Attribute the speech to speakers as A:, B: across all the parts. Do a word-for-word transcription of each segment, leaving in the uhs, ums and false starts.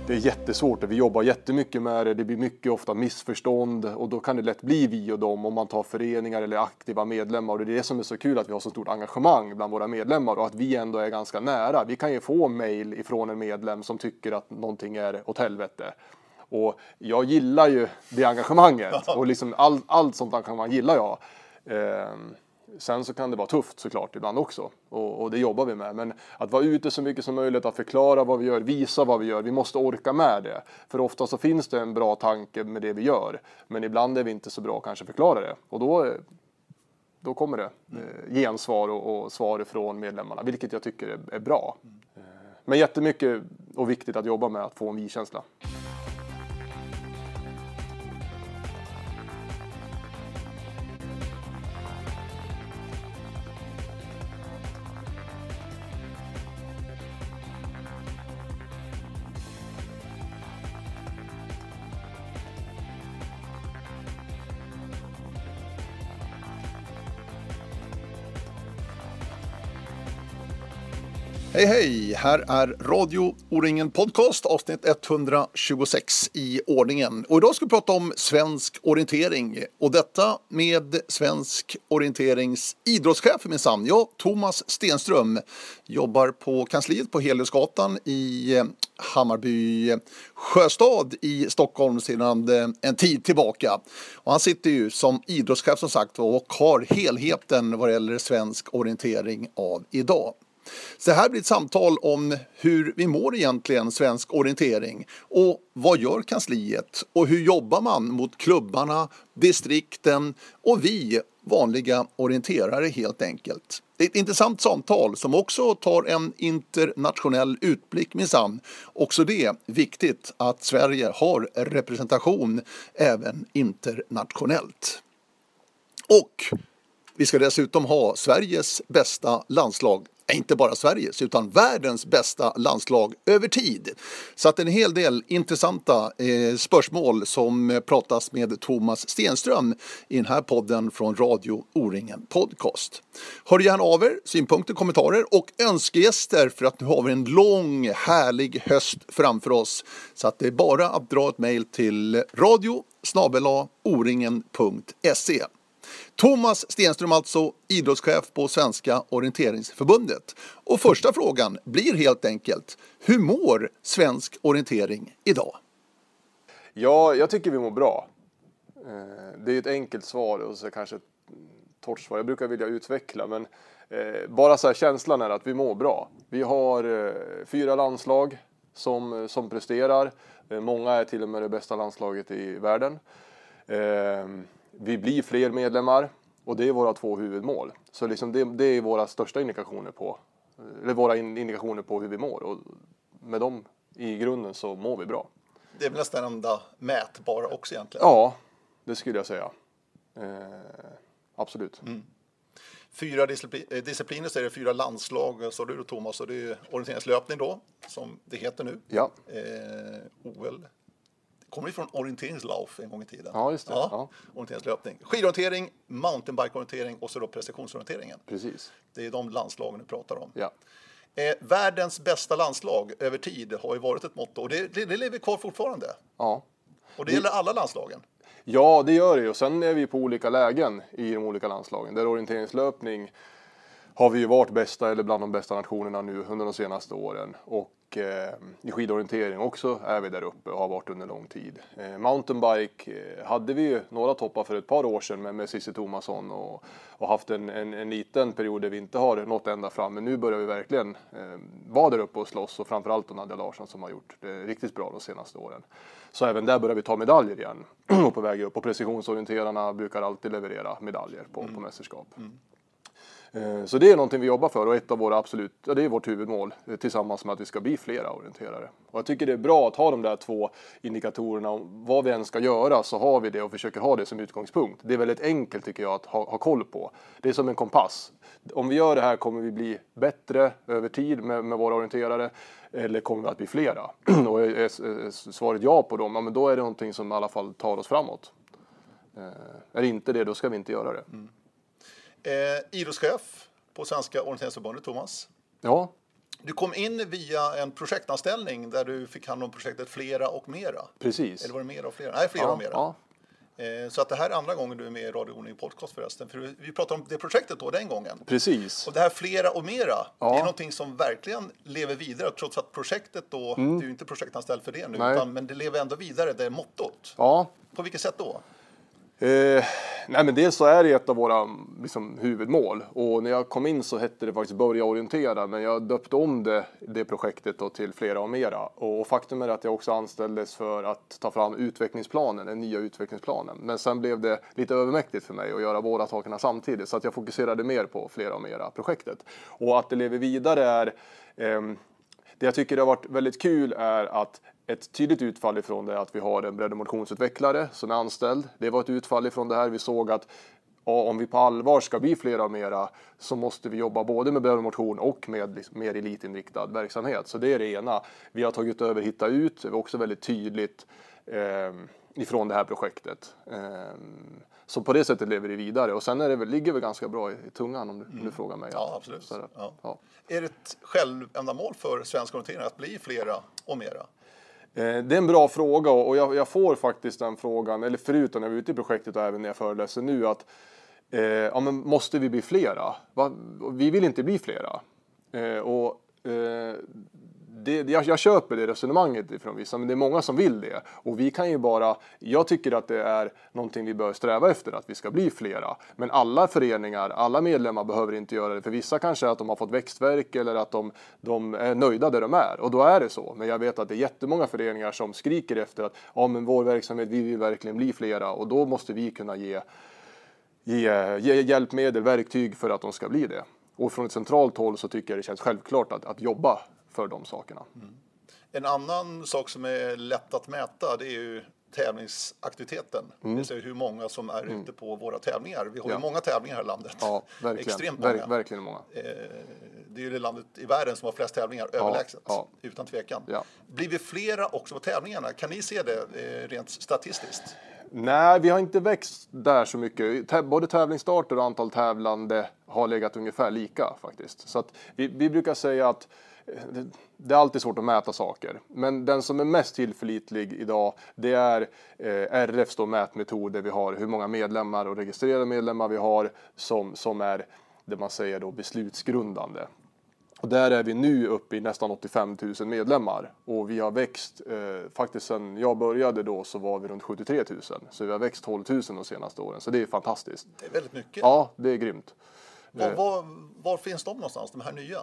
A: det är jättesvårt. Vi jobbar jättemycket med det. Det blir mycket ofta missförstånd och då kan det lätt bli vi och dem om man tar föreningar eller aktiva medlemmar. Och det är det som är så kul, att vi har så stort engagemang bland våra medlemmar och att vi ändå är ganska nära. Vi kan ju få mejl ifrån en medlem som tycker att någonting är åt helvete. Och jag gillar ju det engagemanget och liksom all, allt sånt engagemang gillar jag. Eh, sen så kan det vara tufft såklart ibland också och, och det jobbar vi med. Men att vara ute så mycket som möjligt, att förklara vad vi gör, visa vad vi gör. Vi måste orka med det. För ofta så finns det en bra tanke med det vi gör. Men ibland är vi inte så bra kanske förklara det. Och då, då kommer det eh, gensvar och, och svar från medlemmarna. Vilket jag tycker är, är bra. Eh, men jättemycket och viktigt att jobba med att få en vi-känsla.
B: Hej hej, här är Radio O-ringen Podcast, avsnitt etthundratjugosex i ordningen. Och idag ska vi prata om svensk orientering. Och detta med svensk orienterings idrottschef minsann. Jag, Thomas Stenström, jobbar på kansliet på Heliosgatan i Hammarby Sjöstad i Stockholm sedan en tid tillbaka. Och han sitter ju som idrottschef som sagt och har helheten vad gäller svensk orientering av idag. Så här blir ett samtal om hur vi mår egentligen svensk orientering och vad gör kansliet och hur jobbar man mot klubbarna, distrikten och vi vanliga orienterare helt enkelt. Det är ett intressant samtal som också tar en internationell utblick minsann. Också det är viktigt att Sverige har representation även internationellt. Och vi ska dessutom ha Sveriges bästa landslag. Inte bara Sveriges utan världens bästa landslag över tid. Så att en hel del intressanta eh, spörsmål som pratas med Thomas Stenström i den här podden från Radio O-ringen Podcast. Hör gärna av er, synpunkter, kommentarer och önskegäster för att nu har vi en lång härlig höst framför oss. Så att det är bara att dra ett mejl till radio snabel-a o-ringen punkt se. Thomas Stenström alltså, idrottschef på Svenska orienteringsförbundet. Och första frågan blir helt enkelt, hur mår svensk orientering idag?
A: Ja, jag tycker vi mår bra. Det är ett enkelt svar och så kanske ett torrt svar. Jag brukar vilja utveckla, men bara så här, känslan är att vi mår bra. Vi har fyra landslag som, som presterar. Många är till och med det bästa landslaget i världen. Vi blir fler medlemmar och det är våra två huvudmål. Så liksom det, det är våra största indikationer på, eller våra indikationer på hur vi mår. Och med dem i grunden så mår vi bra.
B: Det är väl nästan enda mätbara också egentligen?
A: Ja, det skulle jag säga. Eh, absolut. Mm.
B: Fyra disciplin, discipliner så är det fyra landslag, så du då Thomas, och det är orienteringslöpning då, som det heter nu.
A: Ja.
B: Eh, O L. Kommer ifrån orienteringslauf en gång i tiden.
A: Ja, just det.
B: Ja,
A: ja.
B: Orienteringslöpning. Skidorientering, mountainbike-orientering och så då precisionsorienteringen.
A: Precis.
B: Det är de landslagen du pratar om.
A: Ja.
B: Eh, världens bästa landslag över tid har ju varit ett motto. Och det, det, det lever kvar fortfarande.
A: Ja.
B: Och det gäller alla landslagen.
A: Ja, det gör det. Och sen är vi på olika lägen i de olika landslagen. Där orienteringslöpning har vi ju varit bästa eller bland de bästa nationerna nu under de senaste åren. Och eh, i skidorientering också är vi där uppe och har varit under lång tid. Eh, mountainbike eh, hade vi ju några toppar för ett par år sedan med, med Cissi Thomasson och, och haft en, en, en liten period där vi inte har nått ända fram. Men nu börjar vi verkligen eh, vara där uppe och slåss, och framförallt Nadia Larsson som har gjort det riktigt bra de senaste åren. Så även där börjar vi ta medaljer igen och på väg upp. Och precisionsorienterarna brukar alltid leverera medaljer på, mm. på mästerskap. Mm. Så det är någonting vi jobbar för, och ett av våra absolut, ja, det är vårt huvudmål tillsammans med att vi ska bli flera orienterare. Och jag tycker det är bra att ha de där två indikatorerna. Om vad vi än ska göra så har vi det och försöker ha det som utgångspunkt. Det är väldigt enkelt tycker jag att ha, ha koll på. Det är som en kompass. Om vi gör det här kommer vi bli bättre över tid med, med våra orienterare, eller kommer vi att bli flera? Och är, är svaret ja på dem, ja, men då är det någonting som i alla fall tar oss framåt. Är det inte det, då ska vi inte göra det.
B: Mm. Eh, idrottschef på Svenska orienteringsförbundet, Thomas.
A: Ja.
B: Du kom in via en projektanställning där du fick hand om projektet Flera och Mera.
A: Precis.
B: Eller var det Mera och Flera? Nej, Flera
A: ja,
B: och Mera.
A: Ja.
B: Så att det här är andra gången du är med i Radio O-ring podcast förresten. För vi pratade om det projektet då den gången.
A: Precis.
B: Och det här Flera och Mera,
A: Ja.
B: det är någonting som verkligen lever vidare. Trots att projektet då, mm. du är ju inte projektanställd för det nu, utan, men det lever ändå vidare, det är mottot.
A: Ja.
B: På vilket sätt då?
A: Eh, nej men dels så är det ett av våra liksom, huvudmål, och när jag kom in så hette det faktiskt Börja orientera, men jag döpte om det, det projektet då till Flera och Mera, och faktum är att jag också anställdes för att ta fram utvecklingsplanen, den nya utvecklingsplanen, men sen blev det lite övermäktigt för mig att göra båda sakerna samtidigt, så att jag fokuserade mer på Flera och Mera projektet. Och att det lever vidare är eh, det jag tycker har varit väldigt kul är att ett tydligt utfall ifrån det är att vi har en bredd- och motionsutvecklare som är anställd. Det var ett utfall ifrån det här. Vi såg att ja, om vi på allvar ska bli Flera och Mera så måste vi jobba både med bredd och motion och med liksom, mer elitinriktad verksamhet. Så det är det ena. Vi har tagit över Hitta ut. Det är också väldigt tydligt eh, ifrån det här projektet. Eh, så på det sättet lever det vidare. Och sen är det väl, ligger det ganska bra i, i tungan om du, mm. om du frågar mig.
B: Ja, absolut. Så, ja.
A: Ja.
B: Är det ett självändamål för svensk orientering att bli Flera och Mera?
A: Det är en bra fråga, och jag, jag får faktiskt den frågan, eller förutom när jag är ute i projektet och även när jag föreläser nu, att eh, ja, men måste vi bli flera? Va? Vi vill inte bli flera. Eh, och, eh, det, jag, jag köper det resonemanget ifrån vissa, men det är många som vill det. Och vi kan ju bara, jag tycker att det är någonting vi bör sträva efter, att vi ska bli flera. Men alla föreningar, alla medlemmar behöver inte göra det. För vissa kanske är att de har fått växtverk eller att de, de är nöjda där de är. Och då är det så. Men jag vet att det är jättemånga föreningar som skriker efter att ja, men vår verksamhet, vi vill verkligen bli flera. Och då måste vi kunna ge, ge, ge hjälpmedel, verktyg för att de ska bli det. Och från ett centralt håll så tycker jag det känns självklart att, att jobba för de sakerna.
B: Mm. En annan sak som är lätt att mäta, det är ju tävlingsaktiviteten. Mm. Det vill säga hur många som är mm. ute på våra tävlingar. Vi har ja. ju många tävlingar här i landet.
A: Ja, verkligen.
B: Extremt många.
A: Ver- verkligen många.
B: Eh, det är ju det landet i världen som har flest tävlingar ja. överlägset. Ja. Utan tvekan. Ja. Blir vi flera också på tävlingarna? Kan ni se det eh, rent statistiskt?
A: Nej, vi har inte växt där så mycket. Både tävlingsstarter och antal tävlande har legat ungefär lika faktiskt. Så att vi, vi brukar säga att det, det är alltid svårt att mäta saker. Men den som är mest tillförlitlig idag, det är eh, R F:s då mätmetod där vi har hur många medlemmar och registrerade medlemmar vi har som, som är det man säger då beslutsgrundande. Och där är vi nu uppe i nästan åttiofem tusen medlemmar. Och vi har växt, eh, faktiskt sedan jag började då så var vi runt sjuttiotre tusen. Så vi har växt tolv tusen de senaste åren. Så det är fantastiskt.
B: Det är väldigt mycket.
A: Ja, det är grymt.
B: Var, var, var finns de någonstans, de här nya?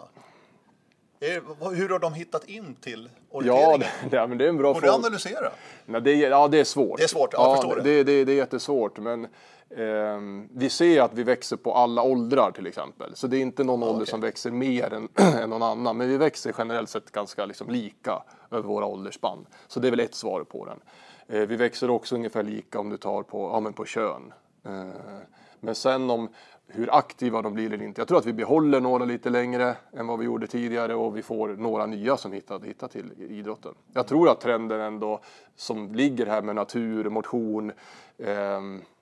B: Är, hur har de hittat in till orienteringen?
A: Ja, det, ja, men det är en bra
B: fråga. Borde du analysera?
A: Nej, det är, ja, det är svårt.
B: Det är svårt, jag
A: ja,
B: förstår det.
A: Det, det, det är jättesvårt, men eh, vi ser att vi växer på alla åldrar till exempel. Så det är inte någon ah, ålder okay. som växer mer än, än någon annan. Men vi växer generellt sett ganska liksom lika över våra åldersspann. Så det är väl ett svar på den. Eh, vi växer också ungefär lika om du tar på, ja, men på kön. Eh, men sen om hur aktiva de blir eller inte. Jag tror att vi behåller några lite längre än vad vi gjorde tidigare och vi får några nya som hittar, hittar till idrotten. Jag tror att trenden ändå som ligger här med natur, motion, eh,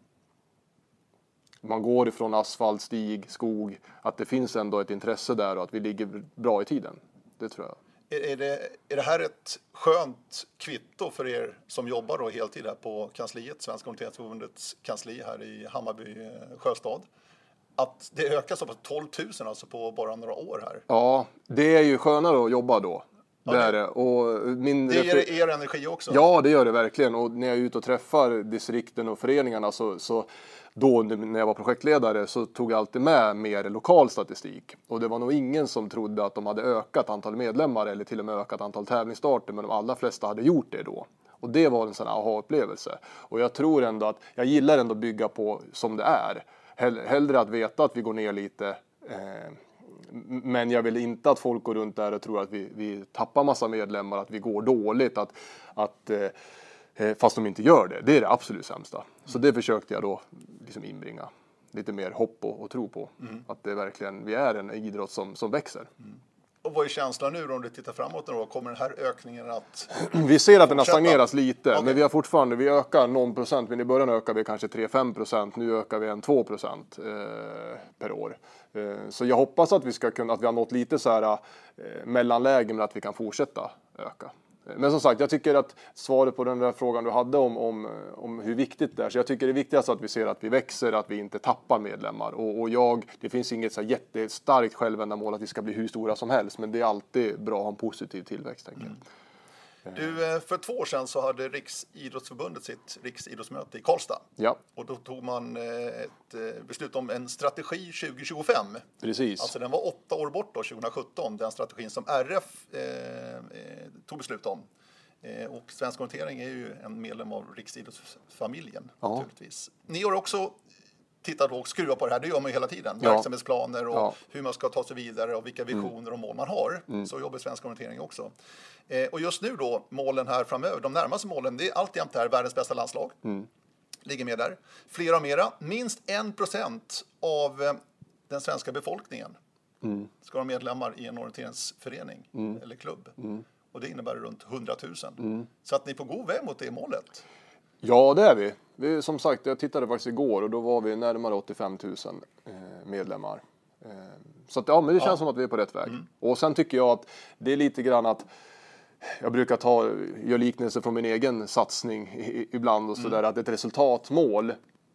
A: man går ifrån asfalt, stig, skog, att det finns ändå ett intresse där och att vi ligger bra i tiden. Det tror jag.
B: Är det, är det här ett skönt kvitto för er som jobbar då heltid här på kansliet, Svenska Orienteringsförbundets kansli här i Hammarby sjöstad? Att det ökar så på tolv tusen alltså på bara några år här.
A: Ja, det är ju skönare att jobba då. Det är det. Och min
B: det ger refer- er energi också.
A: Ja, det gör det verkligen. Och när jag är ute och träffar distrikten och föreningarna så, så då när jag var projektledare så tog jag alltid med mer lokal statistik. Och det var nog ingen som trodde att de hade ökat antal medlemmar eller till och med ökat antal tävlingsstarter. Men de allra flesta hade gjort det då. Och det var en sån här aha-upplevelse. Och jag tror ändå att jag gillar ändå att bygga på som det är. Hellre att veta att vi går ner lite. Eh, men jag vill inte att folk går runt där och tror att vi, vi tappar massa medlemmar. Att vi går dåligt. Att, att, eh, fast de inte gör det. Det är det absolut sämsta. Så det försökte jag då liksom inbringa. Lite mer hopp och, och tro på. Mm. Att det verkligen, vi är en idrott som, som växer. Mm.
B: Och vad är känslan nu då, om du tittar framåt? Då? Kommer den här ökningen att
A: Vi ser att den har
B: fortsätta?
A: stagnerats lite,
B: Okej.
A: men vi har fortfarande, vi ökar någon procent, men i början ökar vi kanske tre till fem procent, nu ökar vi en två procent eh, per år. Eh, så jag hoppas att vi ska kunna, att vi har nått lite så här eh, mellanläge, men att vi kan fortsätta öka. Men som sagt, jag tycker att svaret på den där frågan du hade om, om, om hur viktigt det är, så jag tycker det är viktigast att vi ser att vi växer, att vi inte tappar medlemmar. Och, och jag, det finns inget så här jättestarkt självändamål att vi ska bli hur stora som helst, men det är alltid bra att ha en positiv tillväxt, tänker jag.
B: Du, för två år sedan så hade Riksidrottsförbundet sitt riksidrottsmöte i Karlstad.
A: Ja,
B: Och då tog man ett beslut om en strategi tjugo tjugofem.
A: precis.
B: Alltså den var åtta år bort då, tjugo sjutton, den strategin som R F eh, tog beslut om. Eh, och Svensk Orientering är ju en medlem av riksidrottsfamiljen,
A: Ja.
B: naturligtvis. Ni har också tittat och skruvat på det här, det gör man ju hela tiden.
A: Ja.
B: Verksamhetsplaner och
A: Ja.
B: hur man ska ta sig vidare och vilka visioner och mål man har. Så jobbar Svensk Orientering också. Eh, och just nu då, målen här framöver, de närmaste målen, det är alltjämt här världens bästa landslag.
A: Mm.
B: Ligger med där. Flera och mera. Minst en procent av eh, den svenska befolkningen
A: Mm.
B: ska vara medlemmar i en orienteringsförening
A: Mm.
B: eller klubb.
A: Mm.
B: Och det innebär runt hundratusen.
A: Mm.
B: Så att ni är på god väg mot det målet.
A: Ja, det är vi. vi. Som sagt, jag tittade faktiskt igår och då var vi närmare åttiofem tusen eh, medlemmar. Eh, så att, ja, men det känns
B: Ja.
A: som att vi är på rätt väg.
B: Mm.
A: Och sen tycker jag att det är lite grann att jag brukar ta, göra liknelser från min egen satsning i, ibland och sådär, att ett resultatmål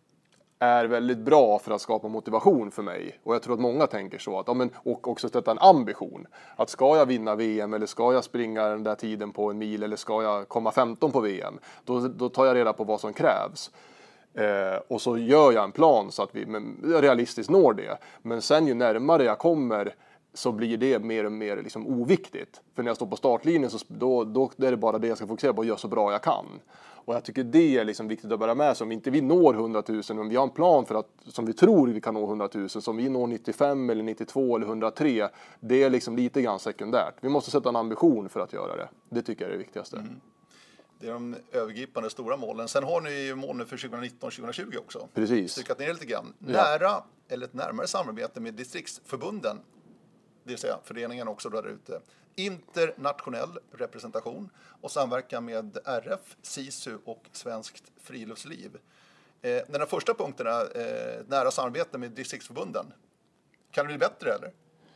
A: är väldigt bra för att skapa motivation för mig. Och jag tror att många tänker så. Att, ja, men, och också sätta en ambition. Att ska jag vinna V M eller ska jag springa den där tiden på en mil eller ska jag komma femton på V M. Då, då tar jag reda på vad som krävs. Eh, och så gör jag en plan så att vi men, realistiskt når det. Men sen ju närmare jag kommer så blir det mer och mer liksom oviktigt. För när jag står på startlinjen så då, då är det bara det jag ska fokusera på och göra så bra jag kan. Och jag tycker det är liksom viktigt att börja med. Så om inte vi når hundratusen, men vi har en plan för att, som vi tror vi kan nå hundratusen, som vi når nittiofem eller nittiotvå eller hundratre, det är liksom lite grann sekundärt. Vi måste sätta en ambition för att göra det. Det tycker jag är det viktigaste.
B: Mm. Det är de övergripande stora målen. Sen har ni ju målen för tjugonitton tjugohundratjugo också.
A: Precis.
B: Styckat ner lite grann.
A: Ja.
B: Nära eller ett närmare samarbete med distriktsförbunden. Det vill säga föreningen också där ute. Internationell representation och samverkan med R F, SISU och Svenskt friluftsliv. Eh, den här första punkten är eh, nära samarbete med distriktsförbunden. Kan det bli bättre eller?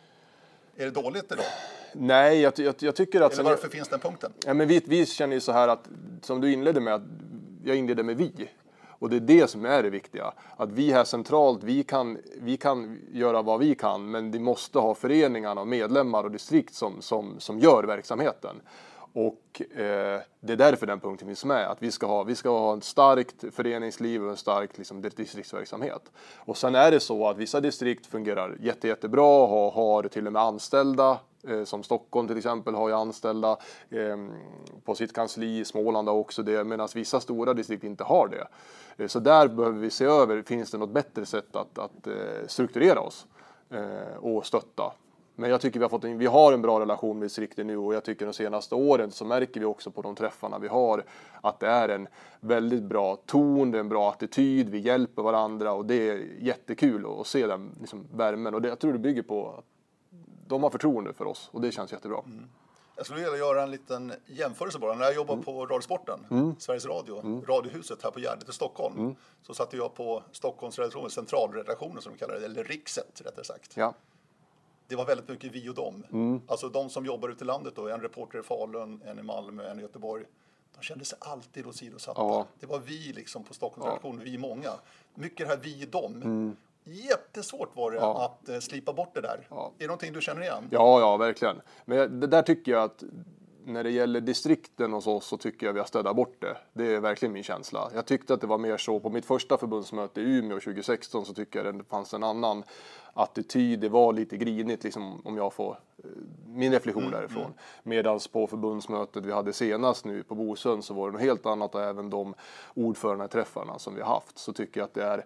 B: Är det dåligt idag?
A: Nej, jag, jag, jag tycker att...
B: Eller varför finns den punkten?
A: Ja, men vi, vi känner ju så här att, som du inledde med, att jag inledde med vi. Och det är det som är det viktiga. Att vi här centralt, vi kan, vi kan göra vad vi kan, men vi måste ha föreningarna och medlemmar och distrikt som, som, som gör verksamheten. Och eh, det är därför den punkten finns med. Att vi ska ha, vi ska ha ett starkt föreningsliv och en stark liksom, distriktsverksamhet. Och sen är det så att vissa distrikt fungerar jätte, jättebra, har, har till och med anställda. Eh, som Stockholm till exempel har ju anställda eh, på sitt kansli, Småland har också det, medan vissa stora distrikt inte har det. Eh, så där behöver vi se över, finns det något bättre sätt att, att eh, strukturera oss eh, och stötta. Men jag tycker vi har fått en, vi har en bra relation med distrikten nu, och jag tycker de senaste åren så märker vi också på de träffarna vi har att det är en väldigt bra ton, det är en bra attityd, vi hjälper varandra och det är jättekul att se den liksom, värmen, och det, jag tror det bygger på att de har förtroende för oss och det känns jättebra. Mm.
B: Jag skulle vilja göra en liten jämförelse bara. När jag jobbade mm. på Radiosporten, mm. Sveriges Radio, mm. Radiohuset här på Gärdet i Stockholm, mm. så satt jag på Stockholms redaktion, centralredaktionen som de kallar det, eller Rikset rättare sagt.
A: Ja.
B: Det var väldigt mycket vi och dem. Mm. Alltså de som jobbar ute i landet då, en reporter i Falun, en i Malmö, en i Göteborg. De kände sig alltid åsidosatta. Ja. Det var vi liksom på Stockholms ja. redaktion, vi många. Mycket det här vi och dem. Mm. Jättesvårt var det ja. att uh, slipa bort det där. Ja. Är det någonting du känner igen?
A: Ja, ja, verkligen. Men det där tycker jag att när det gäller distrikten och så, så tycker jag vi har städat bort det. Det är verkligen min känsla. Jag tyckte att det var mer så på mitt första förbundsmöte i Umeå tjugo sexton, så tycker jag det fanns en annan attityd. Det var lite grinigt, liksom, om jag får min reflektion mm, därifrån. Mm. Medan på förbundsmötet vi hade senast nu på Bosön så var det något helt annat, och även de ordförandeträffarna som vi har haft, så tycker jag att det är,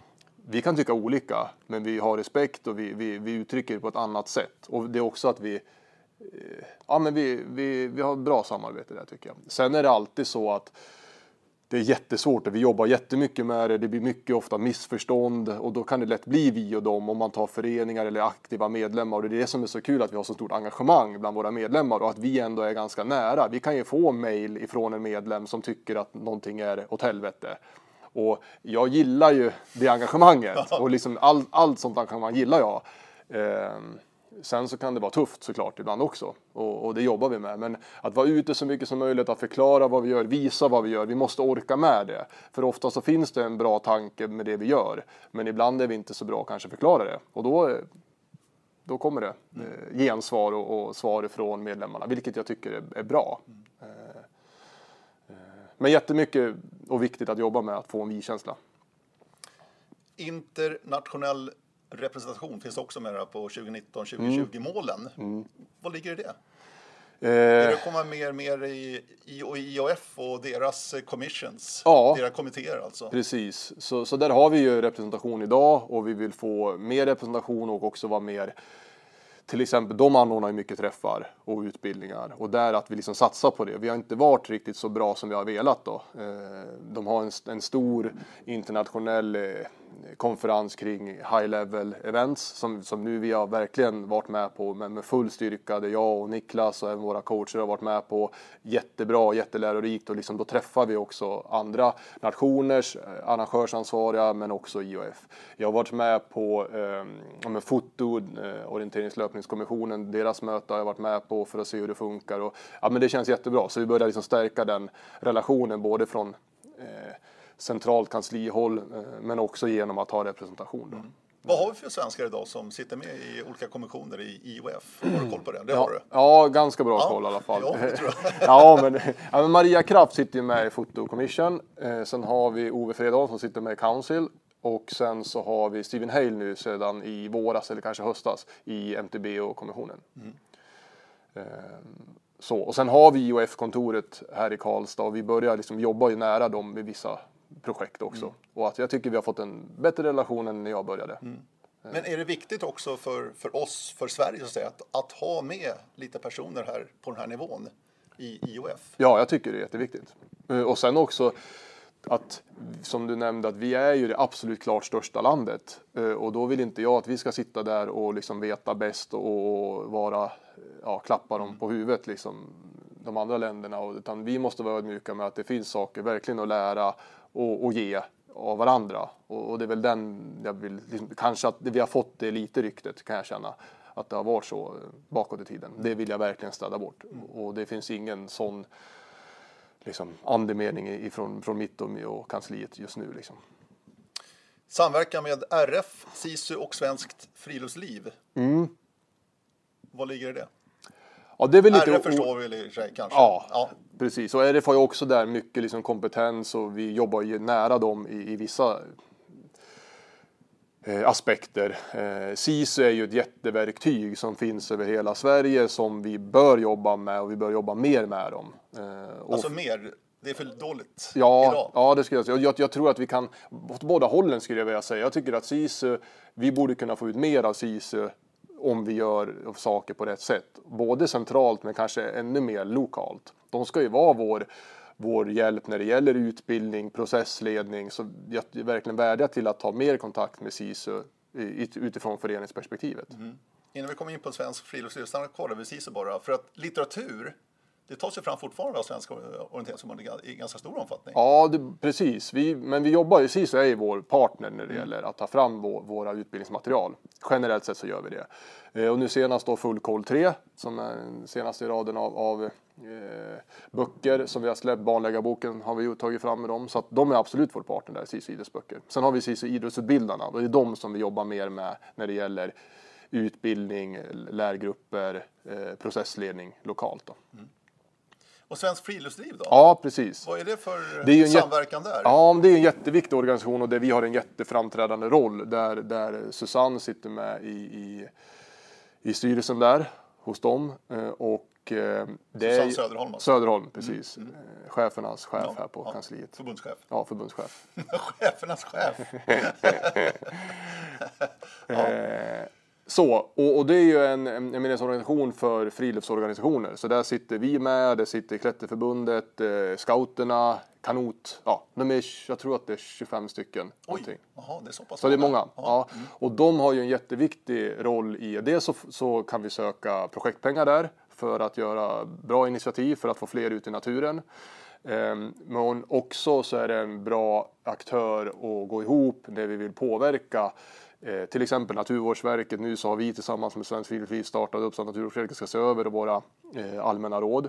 A: vi kan tycka olika, men vi har respekt och vi, vi, vi uttrycker det på ett annat sätt. Och det är också att vi Ja, men vi, vi, vi har bra samarbete där tycker jag. Sen är det alltid så att det är jättesvårt och vi jobbar jättemycket med det. Det blir mycket ofta missförstånd och då kan det lätt bli vi och dem om man tar föreningar eller aktiva medlemmar. Och det är det som är så kul, att vi har så stort engagemang bland våra medlemmar och att vi ändå är ganska nära. Vi kan ju få mejl ifrån en medlem som tycker att någonting är åt helvete. Och jag gillar ju det engagemanget och liksom all, allt sånt engagemang gillar jag. Eh, sen så kan det vara tufft såklart ibland också och, och det jobbar vi med. Men att vara ute så mycket som möjligt, att förklara vad vi gör, visa vad vi gör. Vi måste orka med det. För ofta så finns det en bra tanke med det vi gör. Men ibland är vi inte så bra kanske förklara det. Och då, då kommer det eh, gensvar och, och svar från medlemmarna. Vilket jag tycker är, är bra. Eh, eh, men jättemycket och viktigt att jobba med att få en vi-känsla.
B: Internationell representation finns också med på tjugonitton tjugohundratjugo-målen. Mm. Vad ligger i det? Eh, är det att komma mer mer i I O F och deras commissions?
A: Ja,
B: deras kommittéer alltså?
A: Precis. Så, så där har vi ju representation idag och vi vill få mer representation och också vara mer. Till exempel, de anordnar ju mycket träffar och utbildningar och där att vi liksom satsar på det. Vi har inte varit riktigt så bra som vi har velat då. De har en, en stor internationell konferens kring high level events som, som nu vi har verkligen varit med på med, med full styrka. Där jag och Niklas och även våra coacher har varit med på. Jättebra, jättelärorikt och liksom då träffar vi också andra nationers arrangörsansvariga men också I O F. Jag har varit med på eh, med foto, eh, orienteringslöpningskommissionen, deras möte har jag varit med på för att se hur det funkar. Och, ja, men det känns jättebra så vi börjar liksom stärka den relationen både från eh, centralt kanslihåll eh, men också genom att ha representation. Då.
B: Mm. Vad har vi för svenskar idag som sitter med i olika kommissioner i I O F? Har du koll på det? Det
A: ja,
B: har du?
A: Ja, ganska bra ja, koll i alla fall.
B: Ja, det tror jag.
A: ja, men, ja, men Maria Kraft sitter ju med i Foto Commission. Eh, sen har vi Ove Fredholm som sitter med i Council. Och sen så har vi Stephen Hale nu sedan i våras eller kanske höstas i M T B O-kommissionen. Mm. Eh, så. Och sen har vi I O F-kontoret här i Karlstad och vi börjar liksom jobba ju nära dem med vissa projekt också. Mm. Och att jag tycker vi har fått en bättre relation än när jag började. Mm.
B: Men är det viktigt också för, för oss, för Sverige så att, säga, att, att ha med lite personer här på den här nivån i I O F?
A: Ja, jag tycker det är jätteviktigt. Och sen också att, som du nämnde, att vi är ju det absolut klart största landet. Och då vill inte jag att vi ska sitta där och liksom veta bäst och vara, ja, klappa dem på huvudet liksom de andra länderna. Utan vi måste vara ödmjuka med att det finns saker verkligen att lära och, och ge av varandra. Och, och det är väl den jag vill, liksom, kanske att vi har fått det lite ryktet kan jag känna. Att det har varit så bakåt i tiden. Det vill jag verkligen städa bort. Mm. Och det finns ingen sån liksom, andemening ifrån, från mitt och, och kansliet just nu. Liksom.
B: Samverkan med R F, SISU och Svenskt Friluftsliv. Mm. Vad ligger i det?
A: Ja, det är väl lite
B: R F förstår vi i sig kanske.
A: Ja, ja, precis. Och R F har ju också där mycket liksom kompetens och vi jobbar ju nära dem i, i vissa eh, aspekter. Eh, SISU är ju ett jätteverktyg som finns över hela Sverige som vi bör jobba med och vi bör jobba mer med dem. Eh,
B: alltså mer? Det är för dåligt
A: ja,
B: idag.
A: Ja, det skulle jag säga. Jag, jag tror att vi kan, åt båda hållen skulle jag vilja säga. Jag tycker att SISU, vi borde kunna få ut mer av SISU om vi gör saker på rätt sätt. Både centralt men kanske ännu mer lokalt. De ska ju vara vår, vår hjälp när det gäller utbildning, processledning. Så jag verkligen vädjar till att ta mer kontakt med SISU utifrån föreningsperspektivet. Mm.
B: Innan vi kommer in på svensk friluftsliv, stanna kvar över SISU bara. För att litteratur, det tas ju fram fortfarande av Svenska orienteringsförbundet i ganska stor omfattning.
A: Ja, det, precis. Vi, men vi jobbar ju, SISU är ju vår partner när det mm. gäller att ta fram vår, våra utbildningsmaterial. Generellt sett så gör vi det. Eh, och nu senast då Full Koll tre, som är den senaste i raden av, av eh, böcker som vi har släppt. Barnläggarboken har vi ju tagit fram med dem. Så att de är absolut vår partner där, SISU idrottsböcker. Sen har vi SISU idrottsutbildarna och det är de som vi jobbar mer med när det gäller utbildning, lärgrupper, eh, processledning lokalt då. Mm.
B: Och Svensk Friluftsliv då?
A: Ja, precis.
B: Vad är det för
A: det är
B: samverkan
A: jätt...
B: där?
A: Ja, det är en jätteviktig organisation och där vi har en jätteframträdande roll. Där, där Susanne sitter med i, i, i styrelsen där, hos dem. Och det
B: Susanne
A: är
B: Söderholm.
A: Alltså. Söderholm, precis. Mm. Mm. Chefernas chef
B: ja,
A: här på
B: ja.
A: kansliet.
B: Förbundschef.
A: Ja, förbundschef.
B: Chefernas chef.
A: ja. Så, och, och det är ju en, en, en organisation för friluftsorganisationer. Så där sitter vi med, det sitter Klätterförbundet, eh, Scouterna, Kanot. Ja, de är, jag tror att det är tjugofem stycken.
B: Oj, aha, det är så pass.
A: Så det är många. Ja.
B: Ja.
A: Mm. Och de har ju en jätteviktig roll i det. Så, så kan vi söka projektpengar där för att göra bra initiativ för att få fler ut i naturen. Um, men också så är det en bra aktör att gå ihop när vi vill påverka. Eh, till exempel Naturvårdsverket. Nu så har vi tillsammans med Svensk Friluftsliv startat upp så att Naturvårdsverket ska se över våra eh, allmänna råd.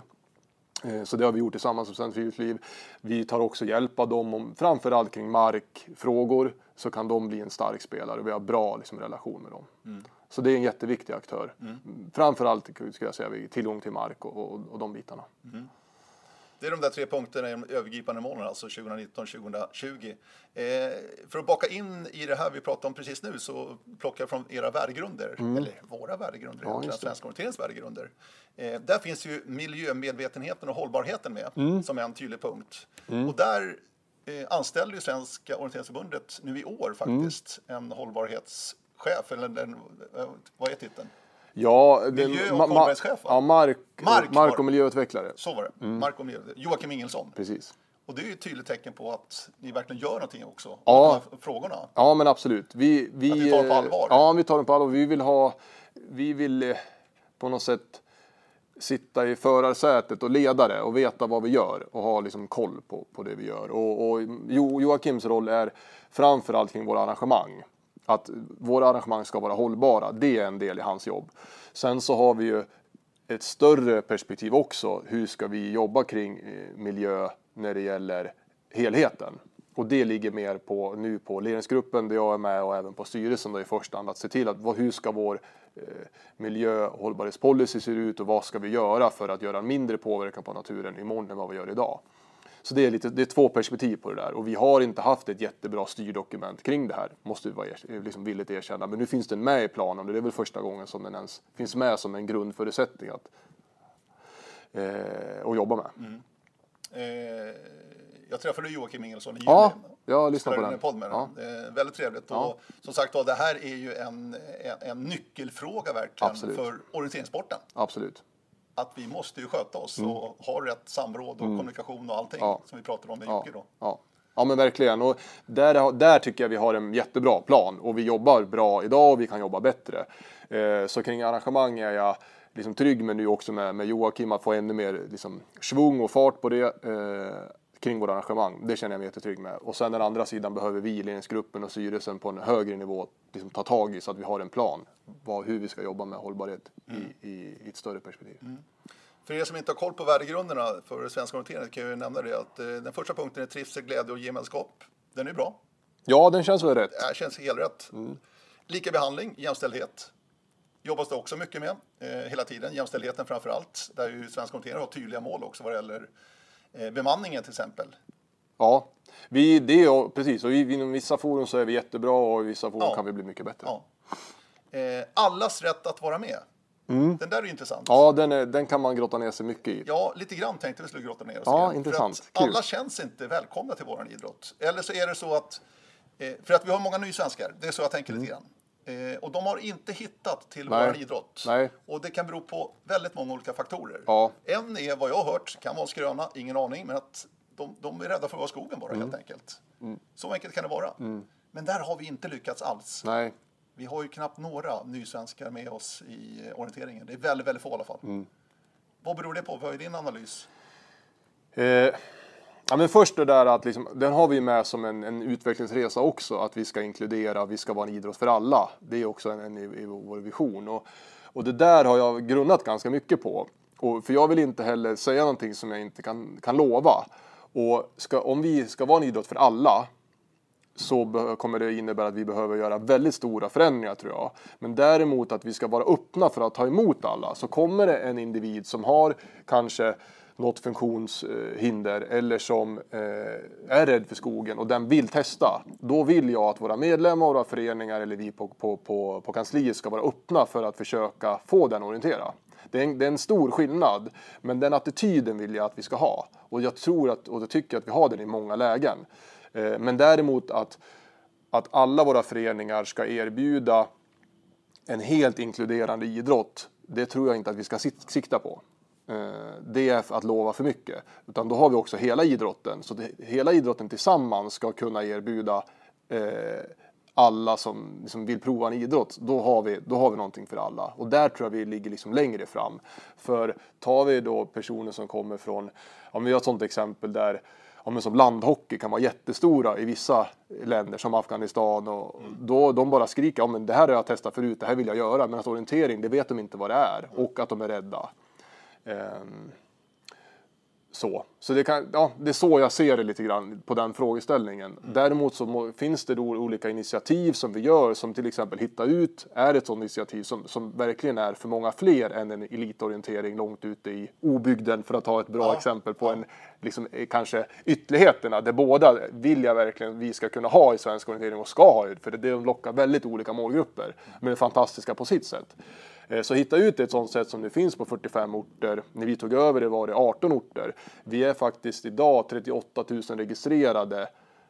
A: Eh, så det har vi gjort tillsammans med Svensk Friluftsliv. Vi tar också hjälp av dem om framförallt kring markfrågor, så kan de bli en stark spelare. Vi har bra liksom, relation med dem. Mm. Så det är en jätteviktig aktör. Mm. Framförallt ska jag säga tillgång till mark och, och, och de bitarna. Mm.
B: Det är de där tre punkterna i de övergripande målen, alltså tjugonitton till tjugotjugo. Eh, för att baka in i det här vi pratar om precis nu så plockar jag från era värdegrunder, mm. eller våra värdegrunder, ja, den svenska orienteringens värdegrunder. Eh, där finns ju miljömedvetenheten och hållbarheten med mm. som en tydlig punkt. Mm. Och där eh, anställde ju Svenska orienteringsförbundet nu i år faktiskt mm. en hållbarhetschef, eller en, vad är titeln?
A: Ja,
B: miljö- och hållbarhetschef,
A: ja, mark, mark, mark och miljöutvecklare.
B: Så var det. Mm. Mark och miljö. Joakim Ingelsson.
A: Precis.
B: Och det är ju ett tydligt tecken på att ni verkligen gör någonting också.
A: Ja.
B: De här frågorna.
A: Ja, men absolut. Vi, vi,
B: att vi tar dem på allvar.
A: Ja, vi tar dem på allvar. Vi vill ha, vi vill på något sätt sitta i förarsätet och leda det och veta vad vi gör och ha liksom koll på, på det vi gör. Och, och jo, Joakims roll är framförallt kring våra arrangemang. Att våra arrangemang ska vara hållbara, det är en del i hans jobb. Sen så har vi ju ett större perspektiv också. Hur ska vi jobba kring miljö när det gäller helheten? Och det ligger mer på, nu på ledningsgruppen där jag är med och även på styrelsen då i första hand. Att se till att vad, hur ska vår eh, miljö- och hållbarhetspolicy se ut och vad ska vi göra för att göra mindre påverkan på naturen imorgon än vad vi gör idag. Så det är, lite, det är två perspektiv på det där. Och vi har inte haft ett jättebra styrdokument kring det här. Måste vi vara liksom villigt erkänna. Men nu finns den med i planen. Och det är väl första gången som den ens finns med som en grundförutsättning att eh, att jobba med. Mm.
B: Eh, jag träffade Joakim Ingelsson i juni.
A: Ja, jag lyssnade på den.
B: Podd med ja. den. Eh, väldigt trevligt. Ja. Och som sagt, det här är ju en, en, en nyckelfråga verkligen. Absolut. För orienteringssporten.
A: Absolut.
B: Att vi måste ju sköta oss mm. och ha rätt samråd och mm. kommunikation och allting ja. som vi pratade om med
A: ja.
B: Jocke då.
A: Ja. ja, men verkligen. Och där, där tycker jag vi har en jättebra plan och vi jobbar bra idag och vi kan jobba bättre. Eh, så kring arrangemang är jag liksom trygg med nu också med, med Joakim att få ännu mer liksom, svung och fart på det eh, kring våra arrangemang. Det känner jag mig jättetrygg med. Och sen den andra sidan behöver vi, ledningsgruppen och styrelsen på en högre nivå liksom, ta tag i så att vi har en plan. Vad, hur vi ska jobba med hållbarhet mm. i, i, i ett större perspektiv. Mm.
B: För er som inte har koll på värdegrunderna för svenska orienteringen kan jag ju nämna det att eh, den första punkten är trivsel, glädje och gemenskap. Den är bra.
A: Ja, den känns väl rätt.
B: Det känns helt rätt. Mm. Lika behandling, jämställdhet. Jobbas det också mycket med eh, hela tiden. Jämställdheten framför allt. Där ju svenska orienteringen har tydliga mål också vad det gäller eh, bemanningen till exempel.
A: Ja, vi, det är, precis. Och inom vissa forum så är vi jättebra och i vissa forum ja. kan vi bli mycket bättre.
B: Ja. Eh, allas rätt att vara med. Mm. Den där är ju intressant.
A: Ja, den, är, den kan man grotta ner sig mycket i.
B: Ja, lite grann tänkte vi skulle grotta ner oss
A: Ja, intressant.
B: För att alla känns inte välkomna till våran idrott. Eller så är det så att, eh, för att vi har många nysvenskar, det är så jag tänker mm. lite grann. Eh, och de har inte hittat till
A: Nej.
B: våran idrott.
A: Nej.
B: Och det kan bero på väldigt många olika faktorer.
A: Ja.
B: En är vad jag har hört, kan vara en skröna, ingen aning, men att de, de är rädda för att vara skogen bara mm. helt enkelt. Mm. Så enkelt kan det vara. Mm. Men där har vi inte lyckats alls.
A: Nej.
B: Vi har ju knappt några nysvenskar med oss i orienteringen. Det är väldigt, väldigt få i alla fall. Mm. Vad beror det på? Vad är din analys?
A: Eh, ja, men först det där att liksom, den har vi med som en, en utvecklingsresa också. Att vi ska inkludera, vi ska vara en idrott för alla. Det är också en, en i, i vår vision. Och, och det där har jag grunnat ganska mycket på. Och, för jag vill inte heller säga någonting som jag inte kan, kan lova. Och ska, om vi ska vara en idrott för alla så be- kommer det innebära att vi behöver göra väldigt stora förändringar tror jag. Men däremot att vi ska vara öppna för att ta emot alla. Så kommer det en individ som har kanske något funktionshinder eller som eh, är rädd för skogen och den vill testa. Då vill jag att våra medlemmar och våra föreningar eller vi på, på, på, på kansliet ska vara öppna för att försöka få den att orientera. Det är, en, det är en stor skillnad, men den attityden vill jag att vi ska ha. Och jag tror att, och jag tycker att vi har den i många lägen. Men däremot att, att alla våra föreningar ska erbjuda en helt inkluderande idrott, det tror jag inte att vi ska sikta på. Det är att lova för mycket. Utan då har vi också hela idrotten. Så det, hela idrotten tillsammans ska kunna erbjuda eh, alla som liksom vill prova en idrott. Då har, vi, då har vi någonting för alla. Och där tror jag vi ligger liksom längre fram. För tar vi då personer som kommer från, om vi har ett sådant exempel där om som landhockey kan vara jättestora i vissa länder som Afghanistan och mm. då de bara skriker, ja, men det här har jag testat förut, det här vill jag göra. Men att orientering, det vet de inte vad det är och att de är rädda. Um, så så det, kan, ja, det är så jag ser det lite grann på den frågeställningen. Mm. Däremot så må, finns det då olika initiativ som vi gör, som till exempel Hitta ut är ett sådant initiativ som, som verkligen är för många fler än en elitorientering långt ute i obygden, för att ta ett bra ja. exempel på ja. en liksom, kanske ytterligheterna där båda vill jag verkligen vi ska kunna ha i svensk orientering och ska ha, för det, det lockar väldigt olika målgrupper men är fantastiska på sitt sätt. Så Hitta ut ett sådant sätt som det finns på fyrtiofem orter. När vi tog över det var det arton orter. Vi är faktiskt idag trettioåtta tusen registrerade